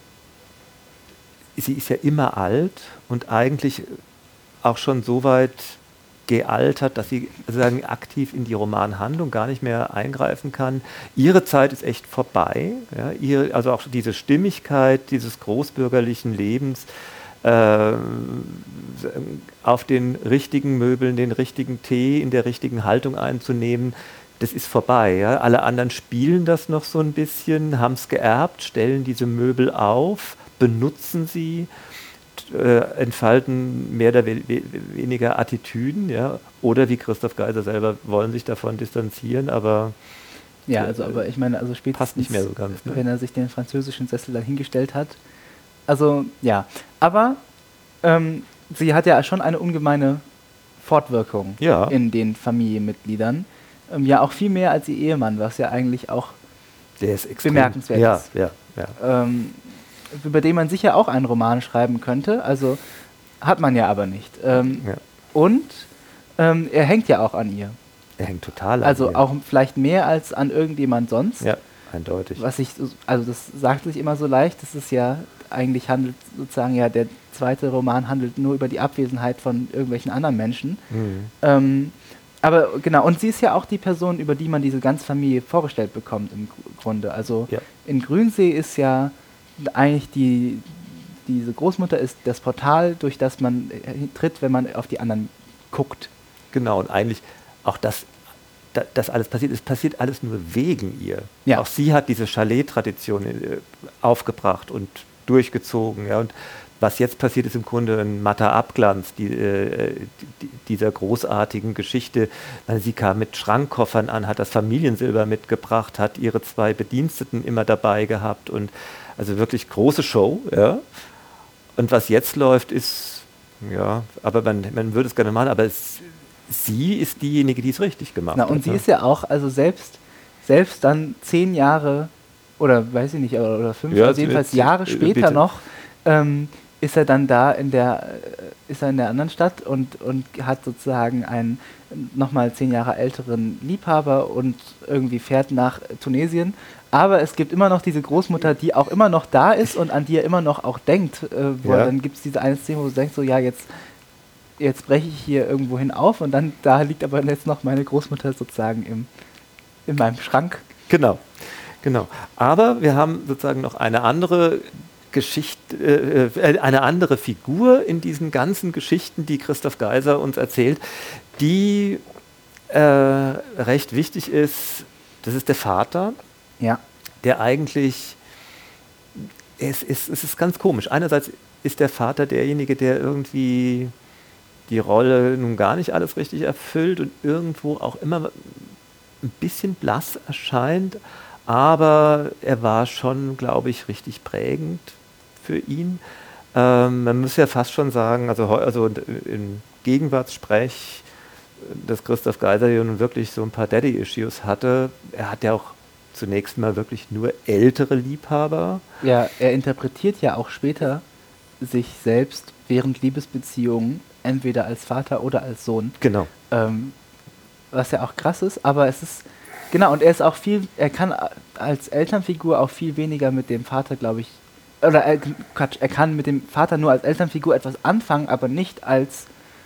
B: sie ist ja immer alt und eigentlich auch schon so weit gealtert, dass sie sozusagen aktiv in die Romanhandlung gar nicht mehr eingreifen kann. Ihre Zeit ist echt vorbei. Ja, ihre, also auch diese Stimmigkeit dieses großbürgerlichen Lebens, äh, auf den richtigen Möbeln, den richtigen Tee in der richtigen Haltung einzunehmen, das ist vorbei. Ja? Alle anderen spielen das noch so ein bisschen, haben es geerbt, stellen diese Möbel auf, benutzen sie, äh, entfalten mehr oder we weniger Attitüden, ja? Oder wie Christoph Geiser selber, wollen sich davon distanzieren, aber
C: ja, also aber ich meine, also spätestens,
B: passt nicht mehr so ganz, ne?
C: Wenn er sich den französischen Sessel dann hingestellt hat. Also ja, aber ähm, sie hat ja schon eine ungemeine Fortwirkung
B: ja.
C: in den Familienmitgliedern. Ähm, ja, auch viel mehr als ihr Ehemann, was ja eigentlich auch
B: Der ist extrem
C: bemerkenswert
B: ja,
C: ist.
B: ja, ja.
C: Ähm, über den man sicher auch einen Roman schreiben könnte, also hat man ja aber nicht. Ähm,
B: ja.
C: Und ähm, er hängt ja auch an ihr.
B: Er hängt total an
C: Also
B: ihr.
C: auch vielleicht mehr als an irgendjemand sonst.
B: Ja, eindeutig.
C: Was ich, so- also das sagt sich immer so leicht, das ist ja, eigentlich handelt sozusagen ja, der zweite Roman handelt nur über die Abwesenheit von irgendwelchen anderen Menschen.
B: Mhm.
C: Ähm, aber genau, und sie ist ja auch die Person, über die man diese ganze Familie vorgestellt bekommt im Gr- Grunde. Also
B: Ja.
C: in Grünsee ist ja eigentlich die, diese Großmutter ist das Portal, durch das man äh, tritt, wenn man auf die anderen guckt.
B: Genau, und eigentlich auch das, da, das alles passiert, es passiert alles nur wegen ihr.
C: Ja.
B: Auch sie hat diese Chalet-Tradition äh, aufgebracht und durchgezogen. Ja, und was jetzt passiert, ist im Grunde ein matter Abglanz die, äh, die, dieser großartigen Geschichte. Weil sie kam mit Schrankkoffern an, hat das Familiensilber mitgebracht, hat ihre zwei Bediensteten immer dabei gehabt und also wirklich große Show. Ja. Und was jetzt läuft, ist, ja, aber man, man würde es gerne machen, aber es, sie ist diejenige, die es richtig gemacht
C: Na,
B: hat.
C: und sie
B: ne?
C: ist ja auch, also selbst, selbst dann zehn Jahre oder weiß ich nicht, oder, oder fünf,
B: Ja,
C: also jedenfalls
B: jetzt,
C: Jahre
B: äh,
C: später
B: bitte.
C: noch, ähm, ist er dann da in der, äh, ist er in der anderen Stadt und, und hat sozusagen einen nochmal zehn Jahre älteren Liebhaber und irgendwie fährt nach Tunesien. Aber es gibt immer noch diese Großmutter, die auch immer noch da ist und an die er immer noch auch denkt. Äh, wo
B: Ja.
C: er, dann gibt es diese eine Szene, wo du denkst, so ja, jetzt, jetzt breche ich hier irgendwo hin auf und dann da liegt aber jetzt noch meine Großmutter sozusagen im, in meinem Schrank.
B: Genau, genau. Aber wir haben sozusagen noch eine andere Geschichte, äh, eine andere Figur in diesen ganzen Geschichten, die Christoph Geiser uns erzählt, die äh, recht wichtig ist. Das ist der Vater,
C: Ja.
B: der eigentlich, es ist, es ist ganz komisch. Einerseits ist der Vater derjenige, der irgendwie die Rolle nun gar nicht alles richtig erfüllt und irgendwo auch immer ein bisschen blass erscheint, aber er war schon, glaube ich, richtig prägend für ihn. Ähm, man muss ja fast schon sagen, also, heu- also im Gegenwartssprech, dass Christoph Geiser ja nun wirklich so ein paar Daddy-Issues hatte. Er hat ja auch zunächst mal wirklich nur ältere Liebhaber.
C: Ja, er interpretiert ja auch später sich selbst während Liebesbeziehungen entweder als Vater oder als Sohn.
B: Genau.
C: Ähm, was ja auch krass ist, aber es ist, genau, und er ist auch viel, er kann als Elternfigur auch viel weniger mit dem Vater, glaube ich, oder er, Quatsch, er kann mit dem Vater nur als Elternfigur etwas anfangen, aber nicht als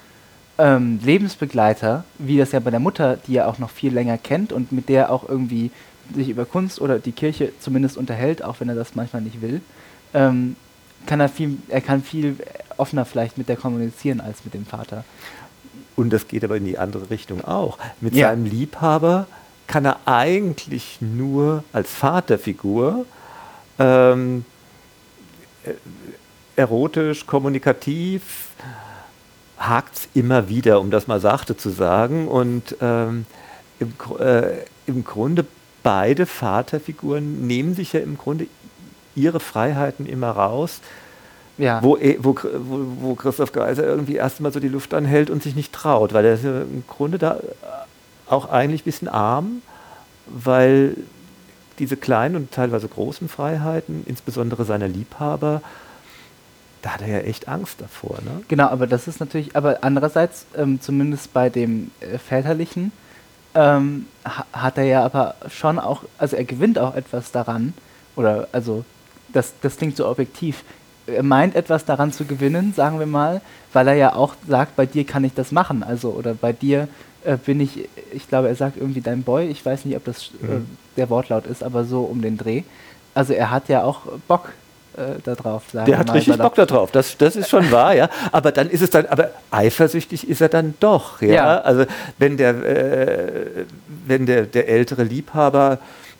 C: ähm, Lebensbegleiter, wie das ja bei der Mutter, die er auch noch viel länger kennt und mit der auch irgendwie sich über Kunst oder die Kirche zumindest unterhält, auch wenn er das manchmal nicht will, ähm, kann er viel, er kann viel offener vielleicht mit der kommunizieren als mit dem Vater.
B: Und das geht aber in die andere Richtung auch. Mit
C: Ja.
B: seinem Liebhaber kann er eigentlich nur als Vaterfigur ähm, äh, erotisch, kommunikativ, hakt es immer wieder, um das mal sachte zu sagen. Und ähm, im, Gr- äh, im Grunde beide Vaterfiguren nehmen sich ja im Grunde ihre Freiheiten immer raus,
C: Ja.
B: wo, eh- wo, Chr- wo, wo Christoph Geiser irgendwie erstmal so die Luft anhält und sich nicht traut, weil er ist ja im Grunde da auch eigentlich ein bisschen arm, weil diese kleinen und teilweise großen Freiheiten, insbesondere seiner Liebhaber, da hat er ja echt Angst davor. Ne?
C: Genau, aber das ist natürlich, aber andererseits, ähm, zumindest bei dem äh, Väterlichen, ähm, ha hat er ja aber schon auch, also er gewinnt auch etwas daran, oder also das, das klingt so objektiv, er meint etwas daran zu gewinnen, sagen wir mal, weil er ja auch sagt, bei dir kann ich das machen, also oder bei dir äh, bin ich, ich glaube, er sagt irgendwie dein Boy, ich weiß nicht, ob das äh,
B: Mhm.
C: der Wortlaut ist, aber so um den Dreh. Also er hat ja auch Bock äh, darauf, sagen
B: Der
C: wir
B: hat
C: mal,
B: richtig
C: salopp.
B: Bock darauf, das, das ist schon wahr, ja. Aber dann ist es dann, aber eifersüchtig ist er dann doch, ja.
C: Ja.
B: Also wenn der, äh, wenn der, der ältere Liebhaber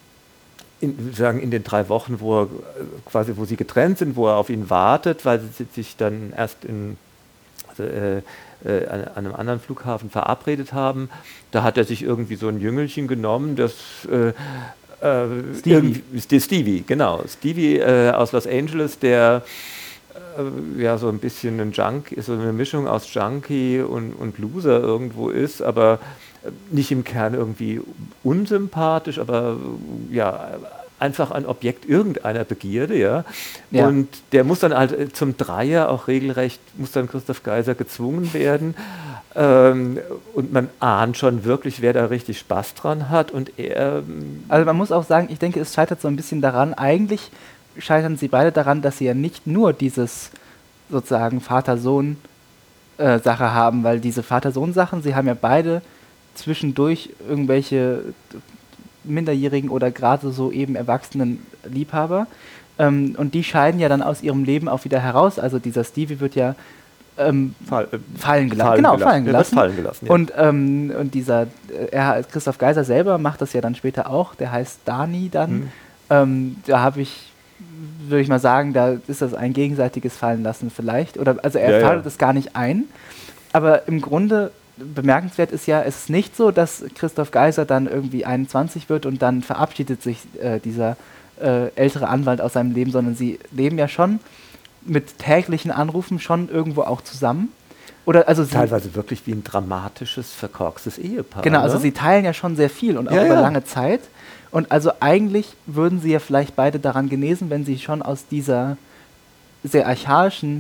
B: in, sagen, in den drei Wochen, wo er äh, quasi, wo sie getrennt sind, wo er auf ihn wartet, weil sie sich dann erst in, also, äh, äh, an, an einem anderen Flughafen verabredet haben, da hat er sich irgendwie so ein Jüngelchen genommen, das äh, äh,
C: Stevie.
B: irgendwie- St- Stevie, genau. Stevie äh, aus Los Angeles, der äh, ja so ein bisschen ein Junkie, so eine Mischung aus Junkie und, und Loser irgendwo ist, aber nicht im Kern irgendwie unsympathisch, aber ja, einfach ein Objekt irgendeiner Begierde, ja.
C: Ja.
B: Und der muss dann halt zum Dreier auch regelrecht, muss dann Christoph Geiser gezwungen werden. Ähm, und man ahnt schon wirklich, wer da richtig Spaß dran hat. Und er.
C: Also man muss auch sagen, ich denke, es scheitert so ein bisschen daran, eigentlich scheitern sie beide daran, dass sie ja nicht nur dieses sozusagen Vater-Sohn-Sache haben, weil diese Vater-Sohn-Sachen, sie haben ja beide zwischendurch irgendwelche minderjährigen oder gerade so eben erwachsenen Liebhaber. Ähm, und die scheiden ja dann aus ihrem Leben auch wieder heraus. Also dieser Stevie wird ja ähm,
B: Fall, äh,
C: fallen gelassen.
B: Fallen
C: Genau,
B: gelassen.
C: fallen gelassen.
B: Ja, fallen gelassen ja.
C: Und, ähm, und dieser, äh, er, Christoph Geiser selber macht das ja dann später auch. Der heißt Dani dann.
B: Mhm.
C: Ähm, da habe ich, würde ich mal sagen, da ist das ein gegenseitiges Fallenlassen vielleicht. Oder, also er
B: Ja,
C: fordert
B: ja.
C: es gar nicht ein. Aber im Grunde bemerkenswert ist ja, es ist nicht so, dass Christoph Geiser dann irgendwie einundzwanzig wird und dann verabschiedet sich äh, dieser äh, ältere Anwalt aus seinem Leben, sondern sie leben ja schon mit täglichen Anrufen schon irgendwo auch zusammen. Oder also sie,
B: Teilweise wirklich wie ein dramatisches, verkorkstes Ehepaar.
C: genau, also
B: ne?
C: sie teilen ja schon sehr viel und auch
B: Ja,
C: über
B: ja.
C: lange Zeit. Und also eigentlich würden sie ja vielleicht beide daran genesen, wenn sie schon aus dieser sehr archaischen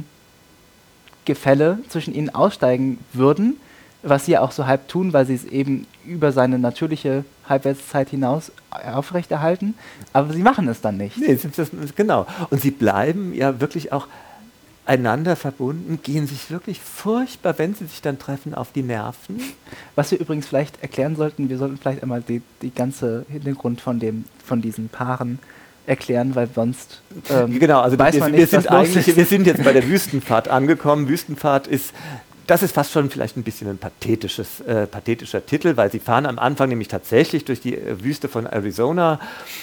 C: Gefälle zwischen ihnen aussteigen würden, was sie ja auch so halb tun, weil sie es eben über seine natürliche Halbwertszeit hinaus aufrechterhalten. Aber sie machen es dann nicht.
B: Nee, sind das, genau. Und sie bleiben ja wirklich auch einander verbunden, gehen sich wirklich furchtbar, wenn sie sich dann treffen, auf die Nerven.
C: Was wir übrigens vielleicht erklären sollten, wir sollten vielleicht einmal die, die ganze Hintergrund von, dem, von diesen Paaren erklären, weil sonst ähm,
B: genau, also
C: weiß
B: wir,
C: man
B: wir,
C: nicht,
B: sind
C: was los
B: eigentlich,
C: ist.
B: wir sind jetzt bei der Wüstenfahrt angekommen. Wüstenfahrt ist, das ist fast schon vielleicht ein bisschen ein pathetisches, äh, pathetischer Titel, weil sie fahren am Anfang nämlich tatsächlich durch die äh, Wüste von Arizona.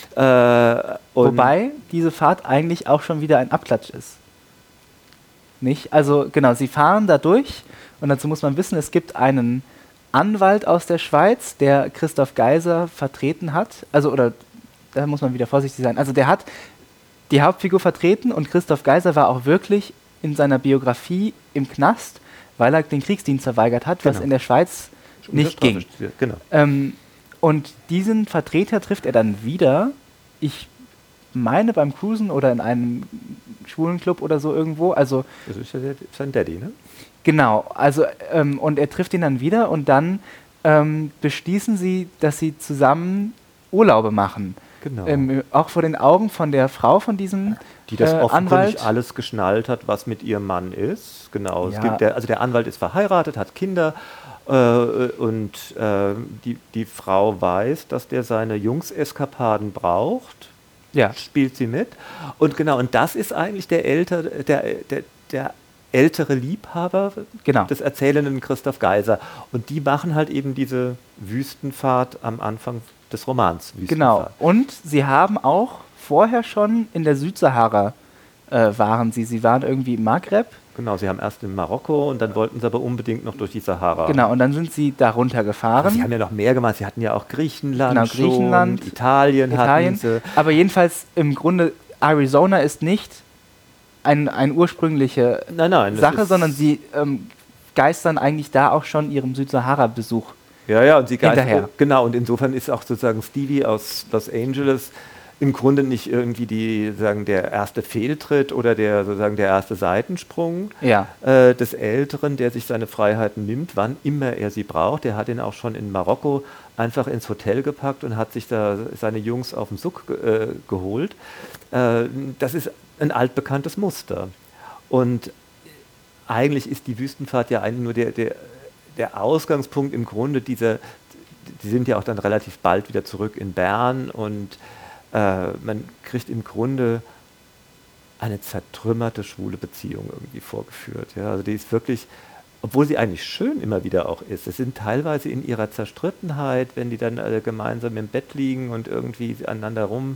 B: Äh, und
C: Wobei diese Fahrt eigentlich auch schon wieder ein Abklatsch ist. Nicht? Also genau, sie fahren da durch und dazu muss man wissen, es gibt einen Anwalt aus der Schweiz, der Christoph Geiser vertreten hat. Also, oder da muss man wieder vorsichtig sein. Also der hat die Hauptfigur vertreten und Christoph Geiser war auch wirklich in seiner Biografie im Knast, weil er den Kriegsdienst verweigert hat, was
B: Genau.
C: in der Schweiz nicht ging.
B: Genau.
C: Ähm, und diesen Vertreter trifft er dann wieder, ich meine beim Cruisen oder in einem Schwulenclub oder so irgendwo, also
B: Das ist ja der, sein Daddy, ne?
C: genau, also ähm, und er trifft ihn dann wieder und dann ähm, beschließen sie, dass sie zusammen Urlaube machen.
B: Genau.
C: Ähm, auch vor den Augen von der Frau von diesem
B: Die das
C: äh,
B: offenkundig
C: Anwalt.
B: alles geschnallt hat, was mit ihrem Mann ist. Genau. Es
C: Ja.
B: gibt der, also der Anwalt ist verheiratet, hat Kinder äh, und äh, die, die Frau weiß, dass der seine Jungs-Eskapaden braucht.
C: Ja.
B: Spielt sie mit. Und genau, und das ist eigentlich der ältere, der, der, der ältere Liebhaber
C: Genau.
B: des erzählenden Christoph Geiser. Und die machen halt eben diese Wüstenfahrt am Anfang des Romans.
C: Genau.
B: Wüstenfahrt.
C: Und sie haben auch vorher schon in der Südsahara äh, waren sie. Sie waren irgendwie im Maghreb.
B: Genau, sie haben erst in Marokko und dann wollten sie aber unbedingt noch durch die Sahara.
C: Genau, und dann sind sie da
B: Aber
C: runtergefahren.
B: sie haben ja noch mehr gemacht. Sie hatten ja auch Griechenland,
C: Genau, Griechenland,
B: schon, Italien,
C: Italien.
B: hatten sie.
C: Aber jedenfalls im Grunde, Arizona ist nicht ein, eine ursprüngliche
B: Nein, nein. das
C: Sache,
B: ist-
C: sondern sie ähm, geistern eigentlich da auch schon ihrem Südsahara-Besuch.
B: Ja, ja, und sie geistern-
C: hinterher.
B: Genau, und insofern ist auch sozusagen Stevie aus Los Angeles im Grunde nicht irgendwie die, sagen, der erste Fehltritt oder der sozusagen der erste Seitensprung
C: Ja.
B: äh, des Älteren, der sich seine Freiheiten nimmt, wann immer er sie braucht. Der hat ihn auch schon in Marokko einfach ins Hotel gepackt und hat sich da seine Jungs auf den Suck ge äh, geholt. Äh, das ist ein altbekanntes Muster. Und eigentlich ist die Wüstenfahrt ja eigentlich nur der, der, der Ausgangspunkt im Grunde dieser, die sind ja auch dann relativ bald wieder zurück in Bern und äh, man kriegt im Grunde eine zertrümmerte schwule Beziehung irgendwie vorgeführt. Ja? Also die ist wirklich, obwohl sie eigentlich schön immer wieder auch ist, es sind teilweise in ihrer Zerstrittenheit, wenn die dann alle gemeinsam im Bett liegen und irgendwie aneinander rum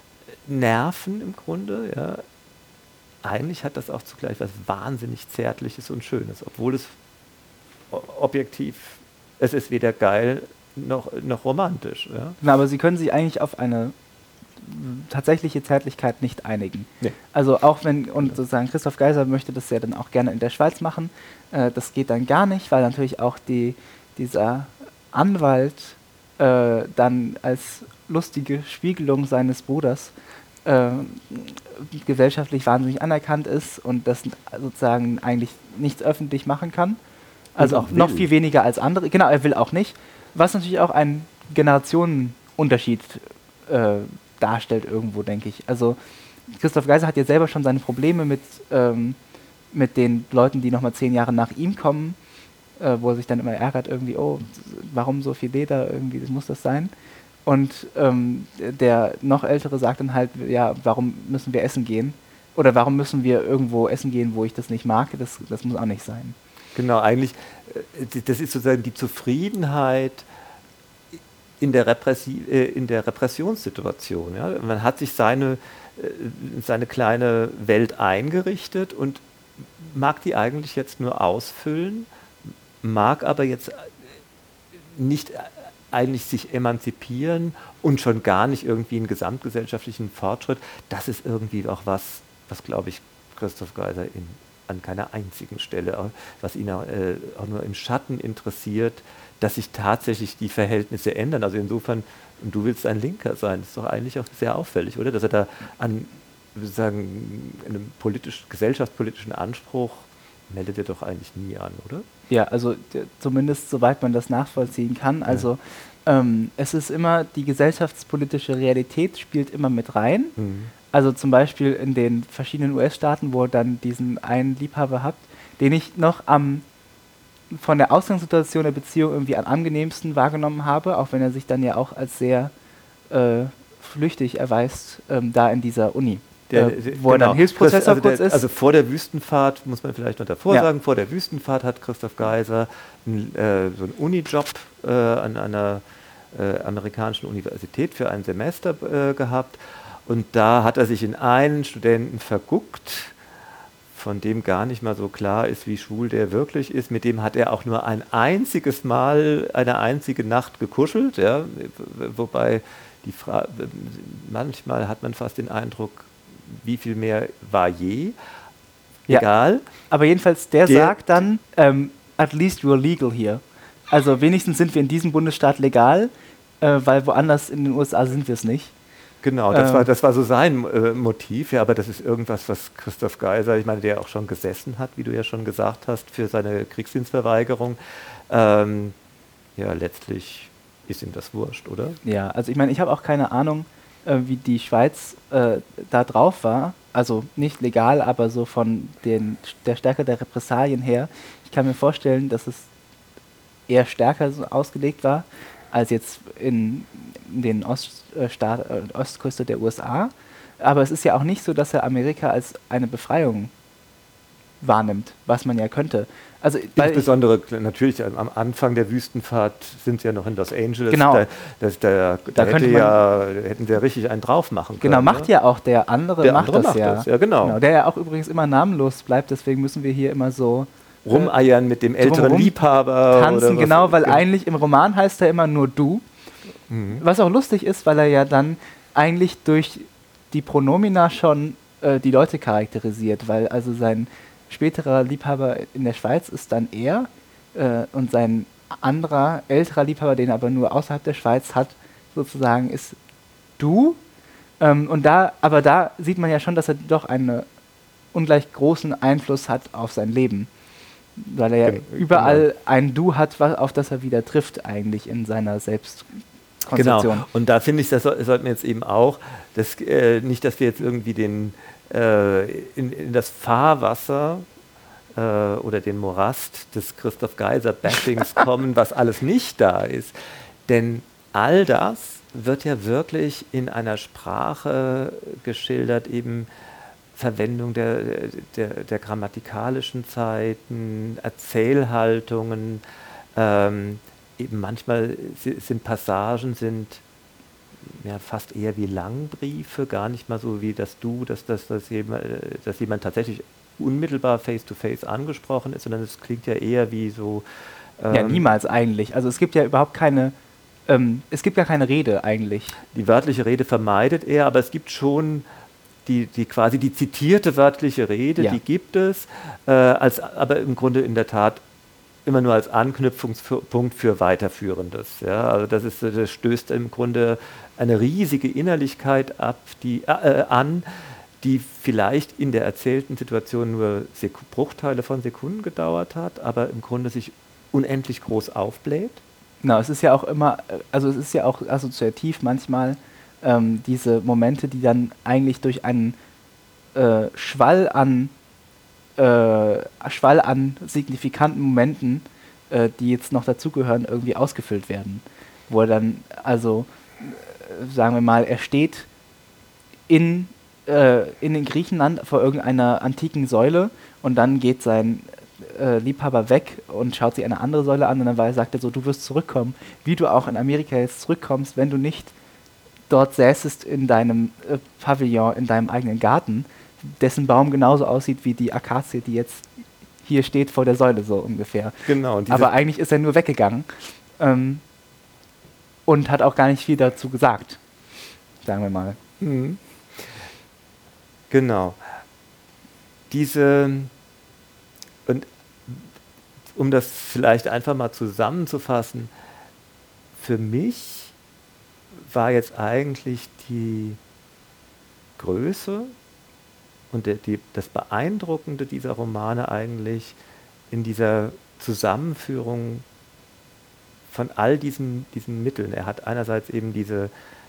B: nerven im Grunde, ja. Eigentlich hat das auch zugleich was wahnsinnig Zärtliches und Schönes, obwohl es o- objektiv, es ist weder geil noch, noch romantisch. Ja.
C: Na, aber sie können sich eigentlich auf eine tatsächliche Zärtlichkeit nicht einigen.
B: Nee.
C: Also auch wenn, und sozusagen Christoph Geiser möchte das ja dann auch gerne in der Schweiz machen, äh, das geht dann gar nicht, weil natürlich auch die, dieser Anwalt äh, dann als lustige Spiegelung seines Bruders äh, gesellschaftlich wahnsinnig anerkannt ist und das sozusagen eigentlich nichts öffentlich machen kann. Also auch noch viel weniger als andere. Genau, er will auch nicht. Was natürlich auch einen Generationenunterschied äh, darstellt irgendwo, denke ich. Also Christoph Geiser hat ja selber schon seine Probleme mit, ähm, mit den Leuten, die nochmal zehn Jahre nach ihm kommen, äh, wo er sich dann immer ärgert, irgendwie, oh, warum so viel Leder, irgendwie, das muss das sein. Und ähm, der noch Ältere sagt dann halt, ja, warum müssen wir essen gehen? Oder warum müssen wir irgendwo essen gehen, wo ich das nicht mag? Das, das muss auch nicht sein.
B: Genau, eigentlich, äh, das ist sozusagen die Zufriedenheit in der, Repressi äh, in der Repressionssituation. Ja? Man hat sich seine, äh, seine kleine Welt eingerichtet und mag die eigentlich jetzt nur ausfüllen, mag aber jetzt nicht eigentlich sich emanzipieren und schon gar nicht irgendwie einen gesamtgesellschaftlichen Fortschritt. Das ist irgendwie auch was, was glaube ich Christoph Geiser in, an keiner einzigen Stelle, was ihn auch, äh, auch nur im Schatten interessiert, dass sich tatsächlich die Verhältnisse ändern. Also insofern, und du willst ein Linker sein, das ist doch eigentlich auch sehr auffällig, oder? Dass er da an sagen, einem politisch, gesellschaftspolitischen Anspruch meldet er doch eigentlich nie an, oder?
C: Ja, also d- zumindest soweit man das nachvollziehen kann. Also ja. ähm, es ist immer, die gesellschaftspolitische Realität spielt immer mit rein. Mhm. Also zum Beispiel in den verschiedenen U S-Staaten, wo ihr dann diesen einen Liebhaber habt, den ich noch am von der Ausgangssituation der Beziehung irgendwie am angenehmsten wahrgenommen habe, auch wenn er sich dann ja auch als sehr äh, flüchtig erweist, ähm, da in dieser Uni. Der, äh, wo genau. er dann Hilfsprofessor
B: also
C: kurz
B: der,
C: ist.
B: Also vor der Wüstenfahrt, muss man vielleicht noch davor
C: ja.
B: sagen, vor der Wüstenfahrt hat Christoph Geiser n, äh, so einen Unijob äh, an einer äh, amerikanischen Universität für ein Semester äh, gehabt und da hat er sich in einen Studenten verguckt, von dem gar nicht mal so klar ist, wie schwul der wirklich ist. Mit dem hat er auch nur ein einziges Mal, eine einzige Nacht gekuschelt, ja, wobei die Fra- manchmal hat man fast den Eindruck, wie viel mehr war je. Egal.
C: Ja, aber jedenfalls, der, der sagt dann, ähm, at least you're legal here. Also wenigstens sind wir in diesem Bundesstaat legal, äh, weil woanders in den U S A sind wir es nicht.
B: Genau, das, ähm. war, das war so sein äh, Motiv, ja, aber das ist irgendwas, was Christoph Geiser, ich meine, der auch schon gesessen hat, wie du ja schon gesagt hast, für seine Kriegsdienstverweigerung. Ähm, ja, letztlich ist ihm das wurscht, oder?
C: Ja, also ich meine, ich habe auch keine Ahnung, äh, wie die Schweiz äh, da drauf war. Also nicht legal, aber so von den, der Stärke der Repressalien her. Ich kann mir vorstellen, dass es eher stärker so ausgelegt war, als jetzt in den Oststaat, äh, Ostküste der U S A. Aber es ist ja auch nicht so, dass er Amerika als eine Befreiung wahrnimmt, was man ja könnte. Also,
B: insbesondere natürlich am Anfang der Wüstenfahrt sind sie ja noch in Los Angeles.
C: Genau.
B: Da, das, da, da, da hätte ja, hätten sie ja richtig einen drauf machen können.
C: Genau, macht
B: ne?
C: ja auch der andere,
B: der
C: macht
B: andere
C: das
B: macht
C: ja.
B: Das, ja genau.
C: genau. Der ja auch übrigens immer namenlos bleibt, deswegen müssen wir hier immer so
B: rumeiern mit dem älteren Liebhaber.
C: Tanzen, oder genau, weil eigentlich im Roman heißt er immer nur du. Mhm. Was auch lustig ist, weil er ja dann eigentlich durch die Pronomina schon äh, die Leute charakterisiert, weil also sein späterer Liebhaber in der Schweiz ist dann er äh, und sein anderer, älterer Liebhaber, den er aber nur außerhalb der Schweiz hat, sozusagen, ist du. Ähm, und da, aber da sieht man ja schon, dass er doch einen ungleich großen Einfluss hat auf sein Leben. Weil er ja genau. überall ein Du hat, was, auf das er wieder trifft eigentlich in seiner Selbstkonzeption.
B: Genau, und da finde ich, das so, sollten wir jetzt eben auch, dass, äh, nicht, dass wir jetzt irgendwie den, äh, in, in das Fahrwasser äh, oder den Morast des Christoph Geiser-Bashings kommen, was alles nicht da ist. Denn all das wird ja wirklich in einer Sprache geschildert, eben Verwendung der, der, der grammatikalischen Zeiten, Erzählhaltungen, ähm, eben manchmal sind Passagen, sind ja fast eher wie Langbriefe, gar nicht mal so wie das Du, dass, dass, dass, jemand, dass jemand tatsächlich unmittelbar face-to-face angesprochen ist, sondern es klingt ja eher wie so...
C: Ähm, ja, niemals eigentlich. Also es gibt ja überhaupt keine... ähm, es gibt gar keine Rede eigentlich.
B: Die wörtliche Rede vermeidet er, aber es gibt schon die, die quasi die zitierte wörtliche Rede,
C: Ja.
B: die gibt es, äh, als, aber im Grunde in der Tat immer nur als Anknüpfungspunkt für Weiterführendes. Ja? Also das, ist, das stößt im Grunde eine riesige Innerlichkeit ab, die, äh, an, die vielleicht in der erzählten Situation nur Sek- Bruchteile von Sekunden gedauert hat, aber im Grunde sich unendlich groß aufbläht.
C: Genau, es ist ja auch immer, äh, also es ist ja auch assoziativ manchmal ähm, diese Momente, die dann eigentlich durch einen äh, Schwall an äh, Schwall an signifikanten Momenten, äh, die jetzt noch dazugehören, irgendwie ausgefüllt werden. Wo er dann, also äh, sagen wir mal, er steht in, äh, in den Griechenland vor irgendeiner antiken Säule und dann geht sein äh, Liebhaber weg und schaut sich eine andere Säule an und dann sagt er so, du wirst zurückkommen, wie du auch in Amerika jetzt zurückkommst, wenn du nicht dort säßest in deinem äh, Pavillon, in deinem eigenen Garten, dessen Baum genauso aussieht wie die Akazie, die jetzt hier steht vor der Säule, so ungefähr.
B: Genau. Und diese
C: Aber eigentlich ist er nur weggegangen ähm, und hat auch gar nicht viel dazu gesagt, sagen wir mal.
B: Mhm. Genau. Diese, und um das vielleicht einfach mal zusammenzufassen, für mich war jetzt eigentlich die Größe und der, die, das Beeindruckende dieser Romane eigentlich in dieser Zusammenführung von all diesen, diesen Mitteln. Er hat einerseits eben diese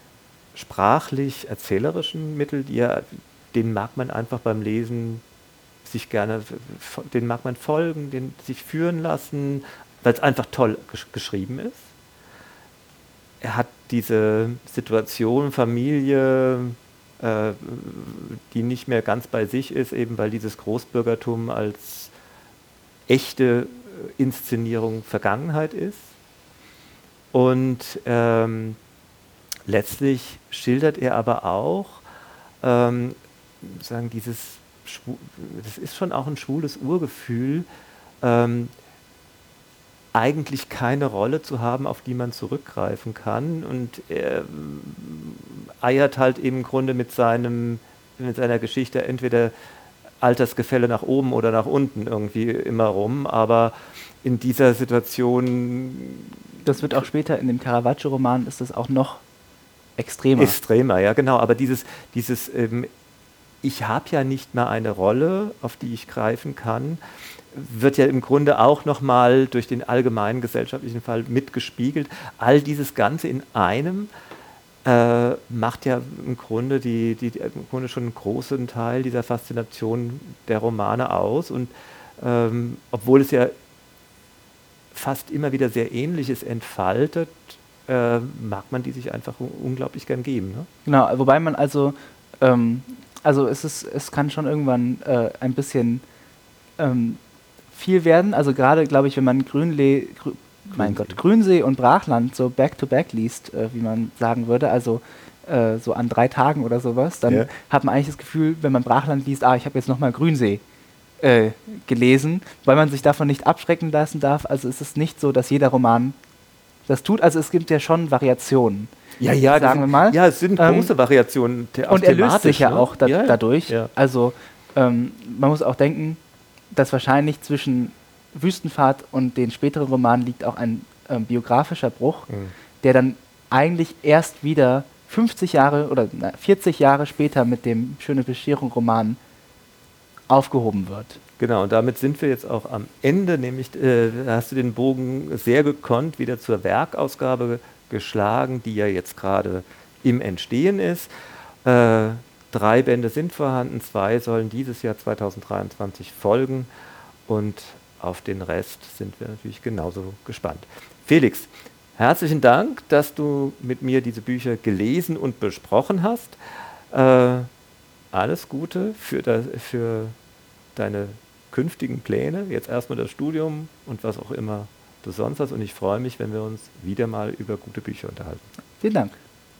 B: sprachlich-erzählerischen Mittel, die er, denen mag man einfach beim Lesen sich gerne, denen mag man folgen, den sich führen lassen, weil es einfach toll gesch- geschrieben ist. Er hat diese Situation, Familie, äh, die nicht mehr ganz bei sich ist, eben weil dieses Großbürgertum als echte Inszenierung Vergangenheit ist. Und ähm, letztlich schildert er aber auch, ähm, sagen dieses, Schwu- das ist schon auch ein schwules Urgefühl, ähm, eigentlich keine Rolle zu haben, auf die man zurückgreifen kann. Und er eiert halt eben im Grunde mit, seinem, mit seiner Geschichte entweder Altersgefälle nach oben oder nach unten irgendwie immer rum. Aber in dieser Situation
C: Das wird auch später in dem Caravaggio-Roman, ist das auch noch extremer.
B: extremer, ja genau. Aber dieses, dieses ähm, ich habe ja nicht mehr eine Rolle, auf die ich greifen kann, wird ja im Grunde auch nochmal durch den allgemeinen gesellschaftlichen Fall mitgespiegelt. All dieses Ganze in einem äh, macht ja im Grunde, die, die, die, im Grunde schon einen großen Teil dieser Faszination der Romane aus. Und ähm, obwohl es ja fast immer wieder sehr Ähnliches entfaltet, äh, mag man die sich einfach un- unglaublich gern geben. Ne?
C: Genau, wobei man also, ähm, also es ist, es kann schon irgendwann äh, ein bisschen ähm, viel werden. Also gerade, glaube ich, wenn man Grünle, Grü, mein Gott, Grünsee und Brachland so back-to-back liest, äh, wie man sagen würde, also äh, so an drei Tagen oder sowas, dann
B: Ja.
C: hat man eigentlich das Gefühl, wenn man Brachland liest, ah, ich habe jetzt nochmal Grünsee äh, gelesen, weil man sich davon nicht abschrecken lassen darf. Also es ist nicht so, dass jeder Roman das tut. Also es gibt ja schon Variationen.
B: Ja, ja, das
C: sagen wir
B: sind,
C: mal.
B: ja, es sind
C: Ähm,
B: große Variationen. The- auch
C: Und er löst
B: thematisch,
C: sich ja
B: ne?
C: auch da,
B: Ja, ja.
C: dadurch.
B: Ja.
C: Also ähm, man muss auch denken, dass wahrscheinlich zwischen Wüstenfahrt und den späteren Romanen liegt auch ein ähm, biografischer Bruch,
B: Mhm.
C: der dann eigentlich erst wieder fünfzig Jahre oder na, vierzig Jahre später mit dem Schöne Bescherung-Roman aufgehoben wird.
B: Genau, und damit sind wir jetzt auch am Ende, nämlich äh, da hast du den Bogen sehr gekonnt wieder zur Werkausgabe geschlagen, die ja jetzt gerade im Entstehen ist. Äh, drei Bände sind vorhanden, zwei sollen dieses Jahr zweitausenddreiundzwanzig folgen und auf den Rest sind wir natürlich genauso gespannt. Felix, herzlichen Dank, dass du mit mir diese Bücher gelesen und besprochen hast. Äh, alles Gute für, das, für deine künftigen Pläne, jetzt erstmal das Studium und was auch immer du sonst hast. Und ich freue mich, wenn wir uns wieder mal über gute Bücher unterhalten.
C: Vielen Dank.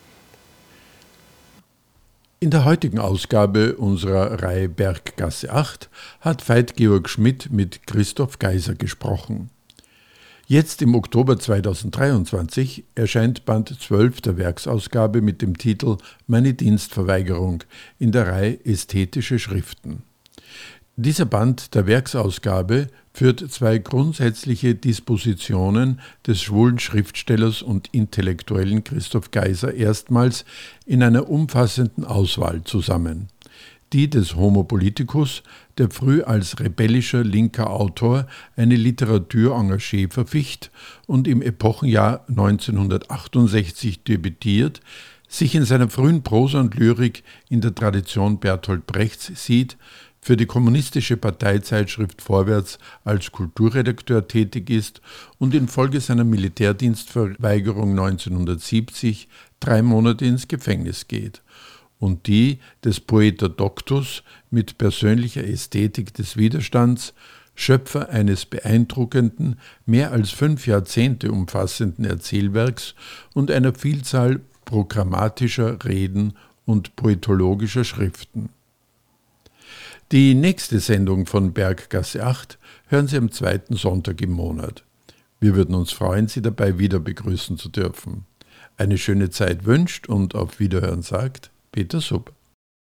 D: In der heutigen Ausgabe unserer Reihe Berggasse acht hat Veit Georg Schmidt mit Christoph Geiser gesprochen. Jetzt im Oktober zweitausenddreiundzwanzig erscheint Band zwölf der Werksausgabe mit dem Titel Meine Dienstverweigerung in der Reihe Ästhetische Schriften. Dieser Band der Werksausgabe führt zwei grundsätzliche Dispositionen des schwulen Schriftstellers und Intellektuellen Christoph Geiser erstmals in einer umfassenden Auswahl zusammen. Die des Homo politicus, der früh als rebellischer linker Autor eine Literaturengagé verficht und im Epochenjahr neunzehnhundertachtundsechzig debütiert, sich in seiner frühen Prosa und Lyrik in der Tradition Bertolt Brechts sieht, für die kommunistische Parteizeitschrift Vorwärts als Kulturredakteur tätig ist und infolge seiner Militärdienstverweigerung neunzehnhundertsiebzig drei Monate ins Gefängnis geht, und die des Poeta Doctus mit persönlicher Ästhetik des Widerstands, Schöpfer eines beeindruckenden, mehr als fünf Jahrzehnte umfassenden Erzählwerks und einer Vielzahl programmatischer Reden und poetologischer Schriften. Die nächste Sendung von Berggasse acht hören Sie am zweiten Sonntag im Monat. Wir würden uns freuen, Sie dabei wieder begrüßen zu dürfen. Eine schöne Zeit wünscht und auf Wiederhören sagt Peter Sub.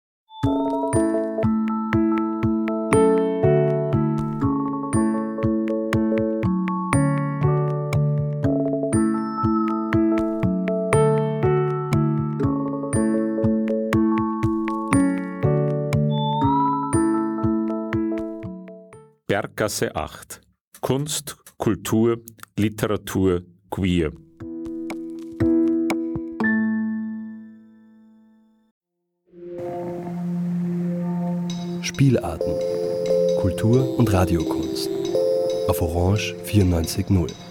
A: Berggasse acht. Kunst, Kultur, Literatur, Queer.
E: Spielarten. Kultur und Radiokunst. Auf Orange vierundneunzig Komma null.